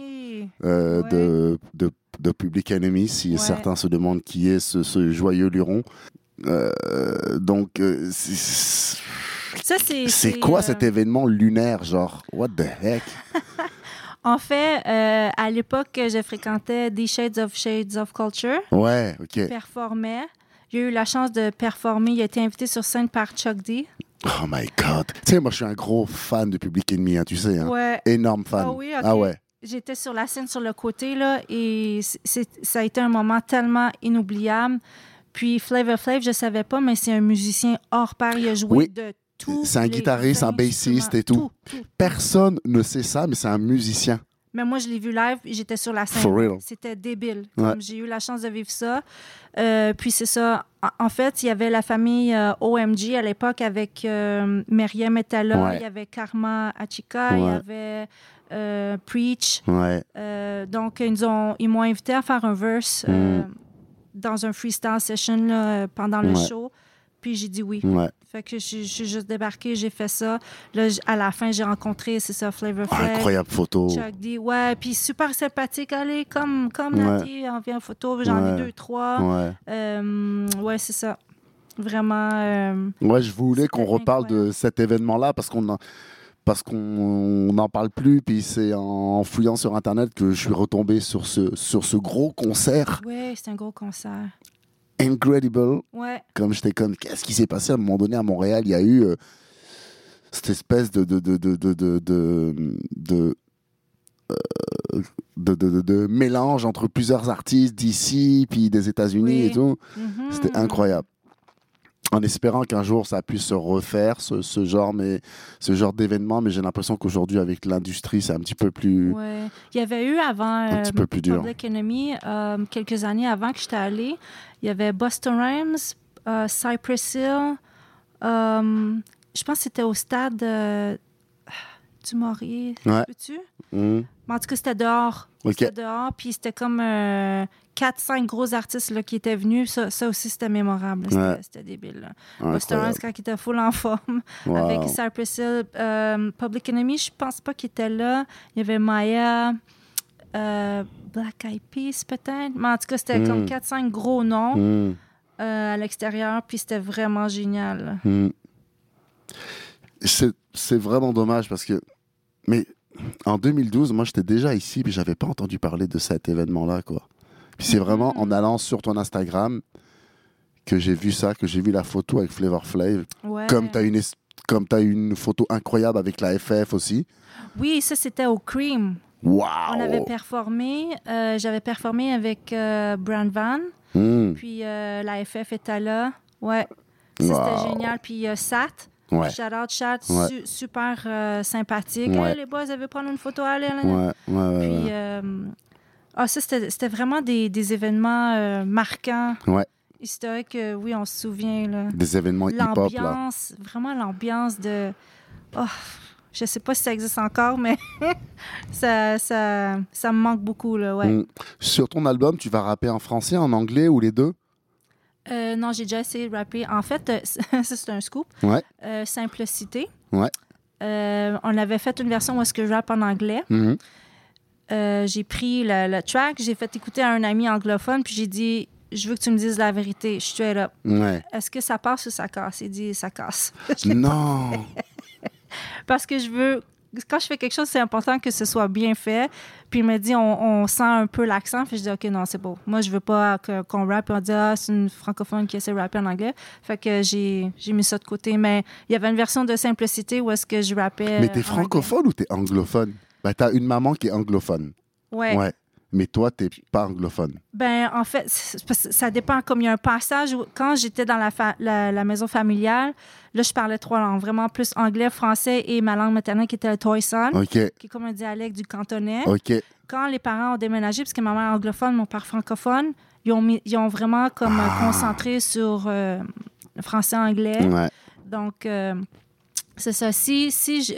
de Public Enemy, si certains se demandent qui est ce joyeux luron. Donc, c'est quoi cet événement lunaire, genre, what the heck? En fait, à l'époque, je fréquentais des Shades of Culture. Ouais, OK. Qui performait. J'ai eu la chance de performer. Il a été invité sur scène par Chuck D. Oh my God. Tu sais, moi, je suis un gros fan de Public Enemy, hein, tu sais. Hein? Ouais. Énorme fan. Ah oui, OK. Ah ouais. J'étais sur la scène sur le côté, là, et ça a été un moment tellement inoubliable. Puis Flavor Flav, je ne savais pas, mais c'est un musicien hors pair. Il a joué de tout. C'est un guitariste, un bassiste et tout. Personne ne sait ça, mais c'est un musicien. Mais moi, je l'ai vu live et j'étais sur la scène. For real. C'était débile. Comme j'ai eu la chance de vivre ça. Puis c'est ça. En fait, il y avait la famille OMG à l'époque avec Myriam Metala, il y avait Karma Achika, il y avait Preach. Ouais. Donc, ils m'ont invité à faire un verse dans un freestyle session là, pendant le show. Puis j'ai dit oui. Ouais. Fait que je suis juste débarquée, j'ai fait ça. Là, à la fin, j'ai rencontré, c'est ça, Flavor Flav. Incroyable photo. Chuck D. Ouais, puis super sympathique. Allez, comme Nati, on vient en photo. J'en ai 2, 3. Ouais, c'est ça. Vraiment. Ouais, je voulais qu'on reparle de cet événement-là parce qu'on n'en parle plus, puis c'est en fouillant sur Internet que je suis retombé sur ce gros concert. Oui, c'est un gros concert. Incredible. Ouais. Comme j'étais comme, qu'est-ce qui s'est passé à un moment donné à Montréal? Il y a eu cette espèce de mélange entre plusieurs artistes d'ici, puis des États-Unis et tout. C'était incroyable. en espérant qu'un jour ça puisse se refaire, ce genre d'événement. Mais j'ai l'impression qu'aujourd'hui, avec l'industrie, c'est un petit peu plus, Ouais. Il y avait eu avant un petit peu plus dur. Public Enemy, quelques années avant que j'étais allée, il y avait Busta Rhymes, Cypress Hill. Je pense que c'était au stade du Maurier. Ouais. Peux-tu? Mm. Mais en tout cas, c'était dehors. Ok. C'était dehors, puis c'était comme 4-5 gros artistes là, qui étaient venus. Ça aussi, c'était mémorable. Là. C'était débile. Là. Busta Rhymes, quand il était full en forme, Wow. avec Cypress Hill. Public Enemy, je pense pas qu'il était là. Il y avait Maya, Black Eyed Peas, peut-être. Mais en tout cas, c'était comme 4-5 gros noms à l'extérieur, puis c'était vraiment génial. C'est vraiment dommage parce que... Mais en 2012, moi, j'étais déjà ici, puis j'avais pas entendu parler de cet événement-là, quoi. Puis c'est vraiment en allant sur ton Instagram que j'ai vu ça, que j'ai vu la photo avec Flavor Flav. Ouais. Comme t'as une photo incroyable avec la FF aussi. Oui, ça, c'était au Cream. Wow! On avait performé. J'avais performé avec Brand Van. Puis la FF était là. Ouais. Ça, c'était génial. Puis Sat. Ouais. Shout out, Chat. Ouais. Super sympathique. Ouais. Hey, les boys, vous avez prendre une photo? Allez, allez. Ouais. Puis, ça, c'était vraiment des événements marquants. Ouais. Historiques, oui, on se souvient. Là. Des événements hip-hop, là. L'ambiance, vraiment l'ambiance de... Oh, je sais pas si ça existe encore, mais ça me manque beaucoup, là, ouais. Sur ton album, tu vas rapper en français, en anglais ou les deux? Non, j'ai déjà essayé de rapper. En fait, ça, c'est un scoop. Ouais. Simplicité. Ouais. On avait fait une version où est-ce que je rappe en anglais. J'ai pris le track, j'ai fait écouter à un ami anglophone, puis j'ai dit, je veux que tu me dises la vérité. Straight up. Ouais. Est-ce que ça passe ou ça casse? Il dit, ça casse. Non! Parce que je veux... Quand je fais quelque chose, c'est important que ce soit bien fait. Puis il me dit, on sent un peu l'accent. Puis je dis, OK, non, c'est beau. Moi, je veux pas qu'on rappe et on dit, c'est une francophone qui essaie de rapper en anglais. Fait que j'ai mis ça de côté. Mais il y avait une version de Simplicité où est-ce que je rappais. Mais t'es francophone ou t'es anglophone? Ben, t'as une maman qui est anglophone. Ouais. Mais toi, t'es pas anglophone. Ben, en fait, ça dépend. Comme il y a un passage où, quand j'étais dans la maison familiale, là, je parlais 3 langues. Vraiment plus anglais, français et ma langue maternelle qui était le Toisan, qui est comme un dialecte du cantonais. Quand les parents ont déménagé, parce que ma mère est anglophone, mon père francophone, ils ont vraiment comme concentré sur le français-anglais. Ouais. Donc, c'est ça. Si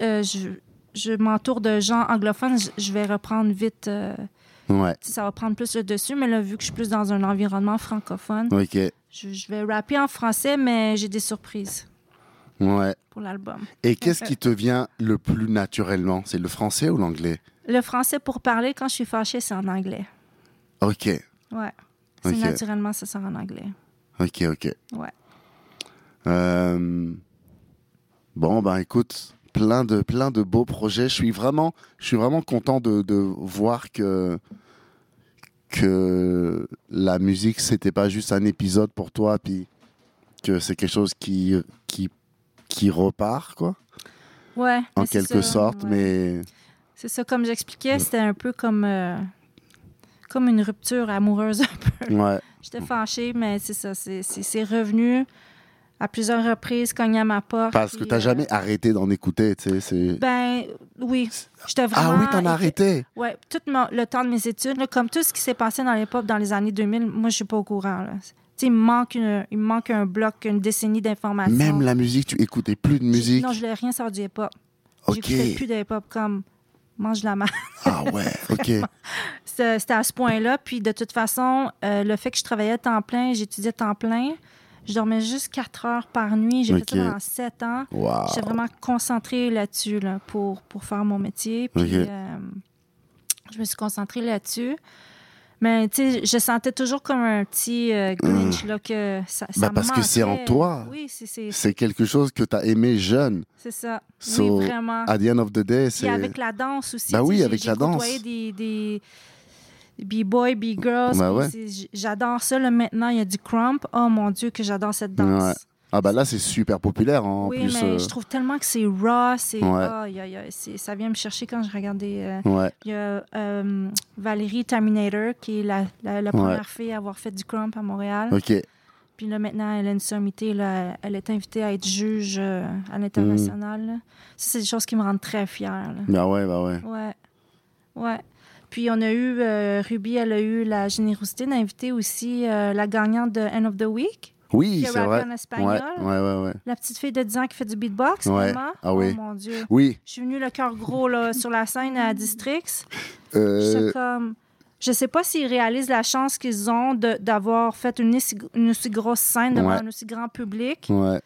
je m'entoure de gens anglophones, je vais reprendre vite... Ouais. Ça va prendre plus le dessus, mais là, vu que je suis plus dans un environnement francophone, je vais rapper en français, mais j'ai des surprises pour l'album. Et qu'est-ce qui te vient le plus naturellement? C'est le français ou l'anglais? Le français, pour parler, quand je suis fâchée, c'est en anglais. OK. Ouais. C'est naturellement, ça sort en anglais. OK. Ouais. Bon, ben écoute... Plein de beaux projets. Je suis vraiment content de voir que la musique, c'était pas juste un épisode pour toi, puis que c'est quelque chose qui repart, quoi. Ouais. En quelque sorte, mais... C'est ça, comme j'expliquais, c'était un peu comme une rupture amoureuse, un peu. Ouais. J'étais fâchée, mais c'est ça, c'est revenu... à plusieurs reprises, cogné à ma porte. Parce que tu n'as jamais arrêté d'en écouter, tu sais. Ben, oui. J'étais vraiment... Ah oui, t'en as arrêté? Oui, tout le temps de mes études, là, comme tout ce qui s'est passé dans l'hip-hop dans les années 2000, moi, je ne suis pas au courant. Là. Il me manque un bloc, une décennie d'informations. Même la musique, tu écoutais plus de musique? Non, je ne voulais rien savoir du hip-hop. OK. J'écoutais plus de hip-hop comme mange la marde. Ah ouais, OK. C'était à ce point-là. Puis de toute façon, le fait que je travaillais temps plein, j'étudiais temps plein, je dormais juste 4 heures par nuit. J'ai fait ça pendant 7 ans. Wow. J'étais vraiment concentrée là-dessus là, pour faire mon métier. Puis je me suis concentrée là-dessus. Mais tu sais, je sentais toujours comme un petit glitch là, que ça me parce que c'est en toi. Oui, c'est quelque chose que tu as aimé jeune. C'est ça. So, oui, vraiment. At the end of the day, c'est... Et avec la danse aussi. Ben oui, avec la danse. J'ai côtoyé des B-boys, B-girls. Ben ouais. J'adore ça. Là, maintenant, il y a du crump. Oh mon Dieu, que j'adore cette danse. Ouais. Ah ben là, c'est super populaire en plus. Oui, mais je trouve tellement que c'est raw. Ça vient me chercher quand je regardais. Il y a Valérie Terminator, qui est la première fille à avoir fait du crump à Montréal. OK. Puis là, maintenant, elle a une sommité. Là, elle est invitée à être juge à l'international. Là. Ça, c'est des choses qui me rendent très fière. Là. Bah ouais, bah ouais. Ouais. Puis on a eu, Ruby, elle a eu la générosité d'inviter aussi la gagnante de End of the Week. Oui, qui c'est vrai. en espagnol. Ouais. La petite fille de 10 ans qui fait du beatbox, Ouais. Emma. Ah oui. Oh mon Dieu. Oui. Je suis venue le cœur gros là, sur la scène à Districts. J'étais comme... Je sais pas s'ils réalisent la chance qu'ils ont d'avoir fait une aussi grosse scène devant un aussi grand public. Ouais.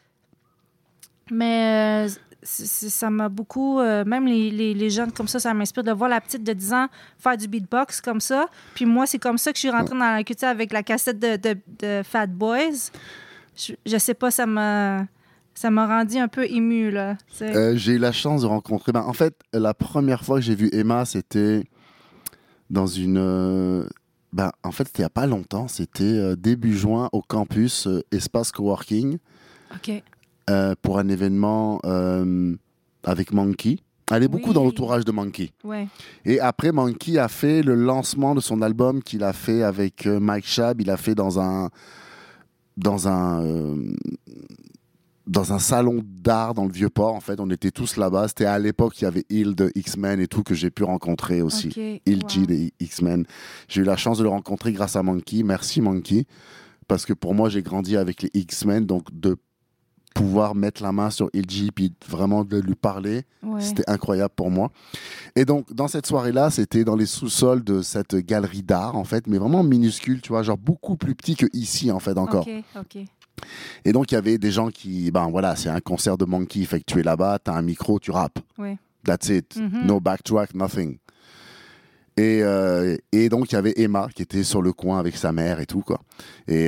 Mais ça m'a beaucoup... même les jeunes comme ça m'inspire de voir la petite de 10 ans faire du beatbox comme ça. Puis moi, c'est comme ça que je suis rentrée dans la culture avec la cassette de Fat Boys. Je sais pas, ça m'a rendu un peu émue, là. J'ai eu la chance de rencontrer... en fait, la première fois que j'ai vu Emma, c'était dans une... en fait, c'était il n'y a pas longtemps. C'était début juin au campus Espace Coworking. OK. Pour un événement avec Monkey. Elle est beaucoup dans l'entourage de Monkey. Ouais. Et après, Monkey a fait le lancement de son album qu'il a fait avec Mike Schaab. Il a fait dans un salon d'art dans le Vieux-Port. En fait, on était tous là-bas. C'était à l'époque, il y avait Hill de X-Men et tout que j'ai pu rencontrer aussi. Okay. Hill G des X-Men. J'ai eu la chance de le rencontrer grâce à Monkey. Merci Monkey. Parce que pour moi, j'ai grandi avec les X-Men. Donc, de pouvoir mettre la main sur Ilji puis vraiment de lui parler, c'était incroyable pour moi. Et donc, dans cette soirée-là, c'était dans les sous-sols de cette galerie d'art, en fait, mais vraiment minuscule, tu vois, genre beaucoup plus petit que ici, en fait, encore. OK. Et donc, il y avait des gens qui, c'est un concert de Monkey, fait que tu es là-bas, t'as un micro, tu rappes. Oui. That's it. No backtrack, nothing. Et donc, il y avait Emma qui était sur le coin avec sa mère et tout, quoi. Et...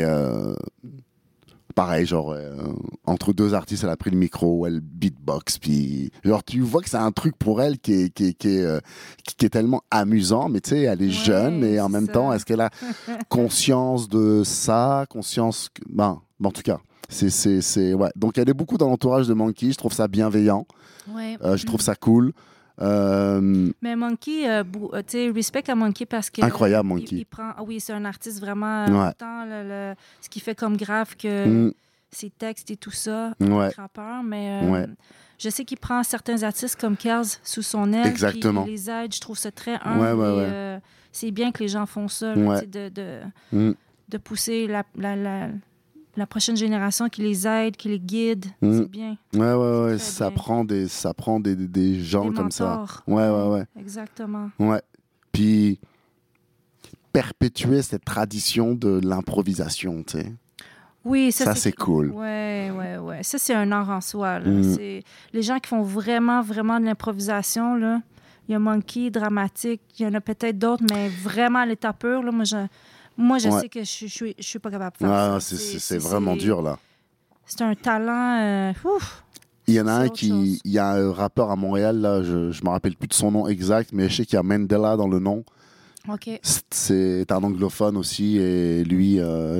pareil, genre, entre deux artistes, elle a pris le micro, elle beatbox, puis genre, tu vois que c'est un truc pour elle qui est tellement amusant, mais tu sais, elle est jeune, et en même temps, est-ce qu'elle a conscience de ça, en tout cas, ouais. Donc, elle est beaucoup dans l'entourage de Monkey, je trouve ça bienveillant, je trouve ça cool. Mais Monkey, tu sais, respect à Monkey parce que... Incroyable, Monkey. Il prend... oui, c'est un artiste vraiment... Autant ce qu'il fait comme grave que ses textes et tout ça, rappeur, mais je sais qu'il prend certains artistes comme Kels sous son aile. Exactement. Puis il les aide, je trouve ça très humble. C'est bien que les gens font ça, là, de pousser la prochaine génération qui les aide, qui les guide. C'est bien. Ouais. Ça prend des gens comme mentors. Ça. Ouais. Exactement. Ouais. Puis perpétuer cette tradition de l'improvisation, tu sais. Oui, ça c'est cool. Ouais. Ça, c'est un art en soi. Là. C'est les gens qui font vraiment, vraiment de l'improvisation, là. Il y a Monkey, Dramatique, il y en a peut-être d'autres, mais vraiment à l'état pur, là, moi, je sais que je suis pas capable de faire ça. C'est vraiment dur, là. C'est un talent... il y en a il y a un rappeur à Montréal, là, je me rappelle plus de son nom exact, mais je sais qu'il y a Mandela dans le nom. OK. C'est un anglophone aussi, et lui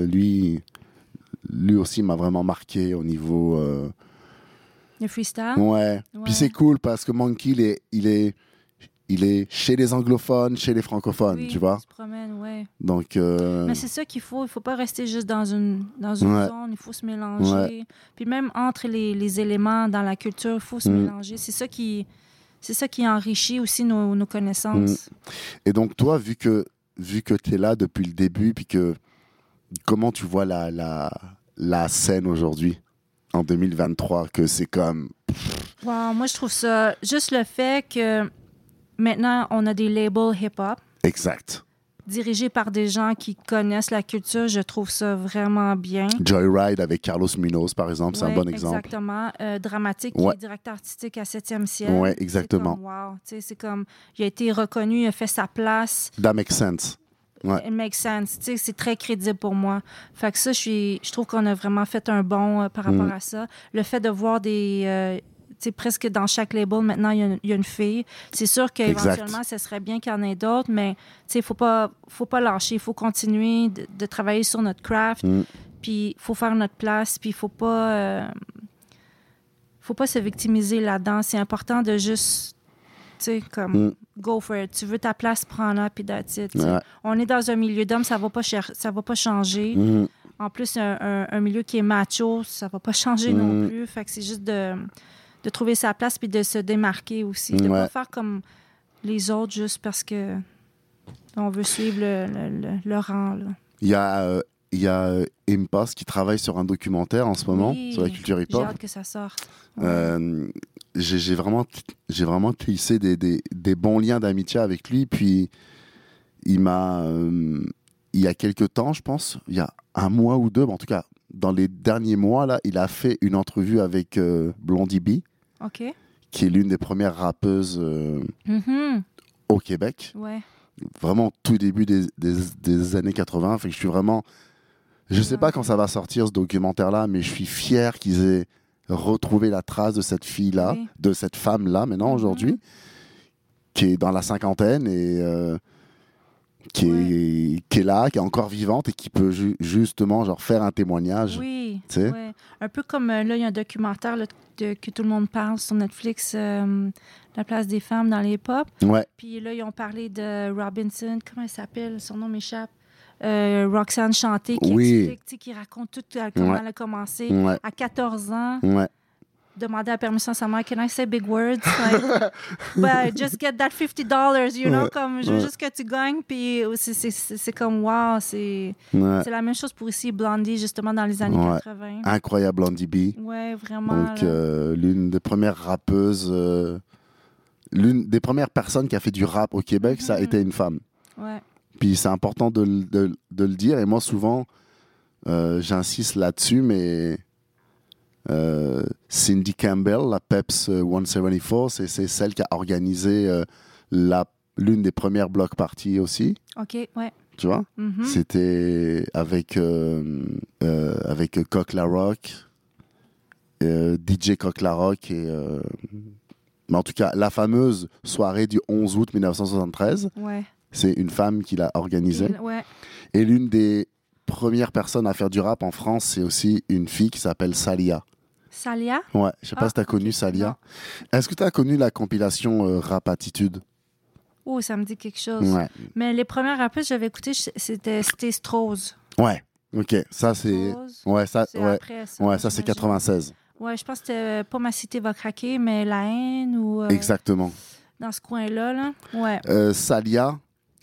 aussi m'a vraiment marqué au niveau... Le freestyle? Ouais. Puis c'est cool parce que Monkey, il est chez les anglophones, chez les francophones, tu vois. Il se promène, ouais. Donc, mais c'est ça qu'il faut. Il ne faut pas rester juste dans une zone. Il faut se mélanger. Ouais. Puis même entre les éléments dans la culture, il faut se mélanger. C'est ça qui enrichit aussi nos connaissances. Et donc, toi, vu que tu es là depuis le début, puis comment tu vois la scène aujourd'hui, en 2023, que c'est comme... Wow, moi, je trouve ça... Juste le fait que maintenant, on a des labels hip-hop. Exact. Dirigés par des gens qui connaissent la culture, je trouve ça vraiment bien. Joyride avec Carlos Munoz, par exemple, c'est un bon exemple. Exactement. Dramatique, qui est directeur artistique à 7e ciel. Oui, exactement. C'est comme, wow. C'est comme, il a été reconnu, il a fait sa place. That makes sense. Ouais. It makes sense. C'est très crédible pour moi. Fait que ça, je trouve qu'on a vraiment fait un bond par rapport à ça. Le fait de voir des... presque dans chaque label, maintenant, il y a une fille. C'est sûr qu'éventuellement, ce serait bien qu'il y en ait d'autres, mais il ne faut pas lâcher. Il faut continuer de travailler sur notre craft. Puis il faut faire notre place. Puis il ne faut pas se victimiser là-dedans. C'est important de juste... go for it. Tu veux ta place, prends-la, puis that's it. Ouais. On est dans un milieu d'hommes, ça va pas changer. En plus, un milieu qui est macho, ça va pas changer non plus. Fait que c'est juste de trouver sa place puis de se démarquer aussi. De pas faire comme les autres juste parce que on veut suivre le rang. Là. Il y a Impost qui travaille sur un documentaire en ce moment sur la culture hip-hop. J'ai hâte que ça sorte. Ouais. J'ai vraiment tissé des bons liens d'amitié avec lui. Puis il y a quelques temps, je pense, il y a un mois ou deux, en tout cas dans les derniers mois, là, il a fait une entrevue avec Blondie B, qui est l'une des premières rappeuses au Québec. Ouais. Vraiment tout début des années 80. Fait que je suis vraiment... Je sais pas quand ça va sortir, ce documentaire-là, mais je suis fier qu'ils aient retrouvé la trace de cette fille-là, de cette femme-là, maintenant, aujourd'hui, qui est dans la cinquantaine et qui est là, qui est encore vivante et qui peut justement genre, faire un témoignage. Oui, un peu comme, là, il y a un documentaire là, que tout le monde parle sur Netflix, La place des femmes dans les pop. Ouais. Puis là, ils ont parlé de Robinson, comment elle s'appelle? Son nom m'échappe. Roxane Chanté, qui explique, qui raconte tout comment elle a commencé à 14 ans. Ouais. Demander la permission à sa mère, can I say big words? Like, but just get that $50, you know, comme je veux juste que tu gagnes. Puis c'est comme, wow, c'est la même chose pour ici, Blondie, justement, dans les années 80. Incroyable, Blondie B. Ouais, vraiment. Donc, l'une des premières rappeuses, l'une des premières personnes qui a fait du rap au Québec, ça a été une femme. Ouais. Puis c'est important de le dire. Et moi, souvent, j'insiste là-dessus, mais Cindy Campbell, la Peps 174, c'est celle qui a organisé l'une des premières block parties aussi. OK, ouais. Tu vois? C'était avec Coq La Rock, DJ Coq La Rock et... mais en tout cas, la fameuse soirée du 11 août 1973, c'est une femme qui l'a organisée. Et l'une des premières personnes à faire du rap en France, c'est aussi une fille qui s'appelle Salia. Salia? Ouais, je sais pas si tu as connu Salia. Non. Est-ce que tu as connu la compilation Rap Attitude? Oh, ça me dit quelque chose. Ouais. Mais les premières rappeurs que j'avais écoutées, c'était Strose. Ouais, ok. Ça, c'est... Ouais, ça, après, ça c'est 96. Ouais, je pense que c'était pas Ma Cité va craquer, mais La Haine ou... Exactement. Dans ce coin-là, là. Ouais. Salia,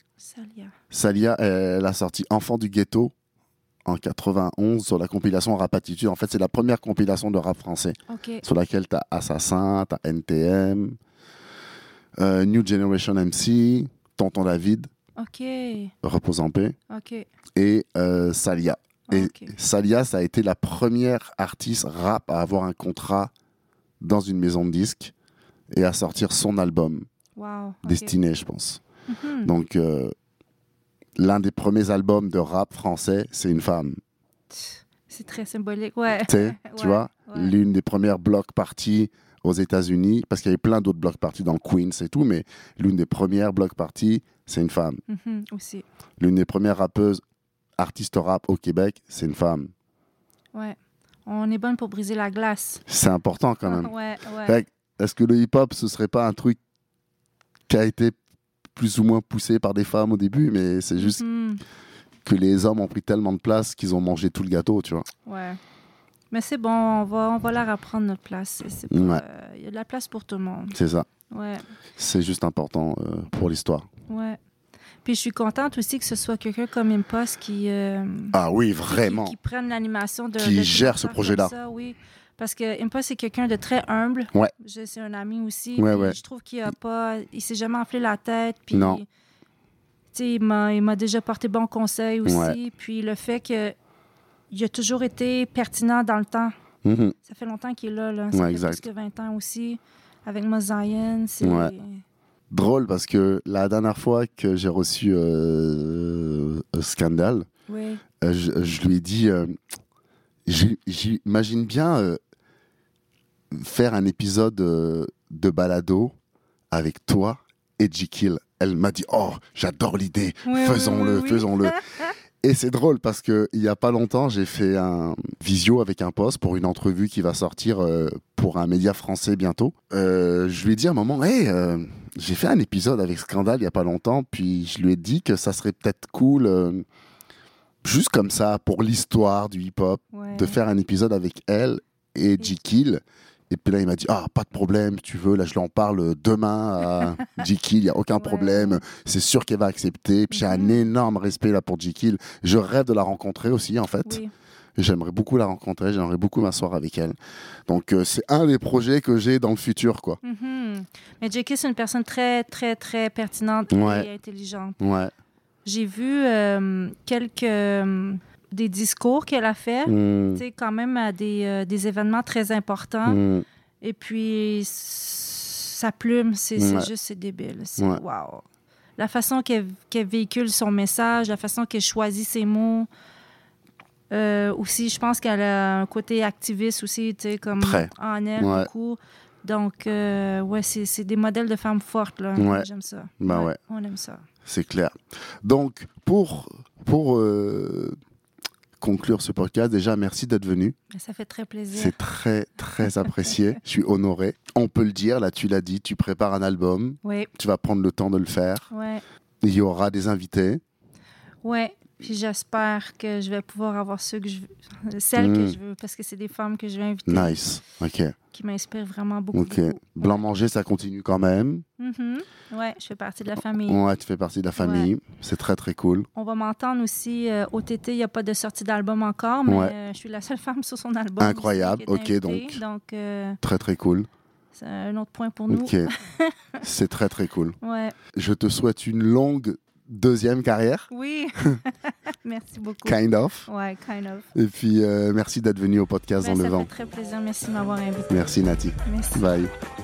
elle a sorti Enfant du ghetto en 91 sur la compilation Rap Attitude. En fait, c'est la première compilation de rap français sur laquelle tu as Assassin, tu as NTM, New Generation MC, Tonton David, Repose en paix, et Salia. Et Salia, ça a été la première artiste rap à avoir un contrat dans une maison de disques et à sortir son album, Destiné, je pense. Donc, l'un des premiers albums de rap français, c'est une femme. C'est très symbolique, ouais. Tu vois, l'une des premières block parties aux États-Unis, parce qu'il y avait plein d'autres block parties dans le Queens et tout, mais l'une des premières block parties, c'est une femme. Aussi. L'une des premières rappeuses artistes rap au Québec, c'est une femme. Ouais. On est bonne pour briser la glace. C'est important quand même. Ouais. Est-ce que le hip-hop, ce serait pas un truc qui a été plus ou moins poussé par des femmes au début, mais c'est juste que les hommes ont pris tellement de place qu'ils ont mangé tout le gâteau, tu vois. Ouais. Mais c'est bon, on va leur apprendre notre place. Il y a de la place pour tout le monde. C'est ça. Ouais. C'est juste important pour l'histoire. Ouais. Puis je suis contente aussi que ce soit quelqu'un comme Impost qui... ah oui, vraiment. Qui prenne l'animation de... Qui gère ce projet-là. Ça, oui. Parce que Impost, c'est quelqu'un de très humble. Ouais. C'est un ami aussi. Ouais. Je trouve qu'il il s'est jamais enflé la tête. Puis, non. Il m'a déjà porté bon conseil aussi. Ouais. Puis le fait qu'il a toujours été pertinent dans le temps. Ça fait longtemps qu'il est là. Ça fait plus que 20 ans aussi. Avec Mosaïen, c'est... Ouais. Drôle parce que la dernière fois que j'ai reçu Scandale, je lui ai dit, j'imagine bien faire un épisode de balado avec toi et J-Kill. Elle m'a dit, oh, j'adore l'idée, faisons-le. Et c'est drôle parce qu'il n'y a pas longtemps, j'ai fait un visio avec un poste pour une entrevue qui va sortir pour un média français bientôt. Je lui ai dit à un moment, hey, j'ai fait un épisode avec Scandale il n'y a pas longtemps, puis je lui ai dit que ça serait peut-être cool juste comme ça, pour l'histoire du hip-hop, de faire un épisode avec elle et J-Kill. Et puis là, il m'a dit, pas de problème, tu veux, là, je lui en parle demain à J-Kill, il n'y a aucun problème, c'est sûr qu'elle va accepter. Puis j'ai un énorme respect là pour J-Kill. Je rêve de la rencontrer aussi, en fait. Oui. J'aimerais beaucoup la rencontrer, j'aimerais beaucoup m'asseoir avec elle. Donc, c'est un des projets que j'ai dans le futur, quoi. Mais J.K., c'est une personne très, très, très pertinente et intelligente. Ouais. J'ai vu des discours qu'elle a fait, tu sais, quand même à des événements très importants. Et puis, sa plume, c'est débile. C'est wow. La façon qu'elle véhicule son message, la façon qu'elle choisit ses mots. Aussi, je pense qu'elle a un côté activiste aussi, tu sais, comme en elle, beaucoup. Donc, c'est des modèles de femmes fortes, là. J'aime ça. On aime ça. C'est clair. Donc, pour conclure ce podcast, déjà, merci d'être venu. Ça fait très plaisir. C'est très, très apprécié. Je suis honoré. On peut le dire, là, tu l'as dit, tu prépares un album. Oui. Tu vas prendre le temps de le faire. Oui. Il y aura des invités. Oui. Puis j'espère que je vais pouvoir avoir celles que je veux, parce que c'est des femmes que je vais inviter. Nice, OK. Qui m'inspirent vraiment beaucoup. OK. Blanc Manger, ça continue quand même. Oui, je fais partie de la famille. Ouais, tu fais partie de la famille. C'est très, très cool. On va m'entendre aussi. OTT, il n'y a pas de sortie d'album encore, mais je suis la seule femme sur son album. Incroyable, OK, donc très, très cool. C'est un autre point pour nous. OK. C'est très, très cool. Ouais. Je te souhaite une longue deuxième carrière. Oui. Merci beaucoup. Kind of. Ouais, kind of. Et puis, merci d'être venu au podcast Dans le Vent. Ça fait très plaisir. Merci de m'avoir invité. Merci, Nati. Merci. Bye.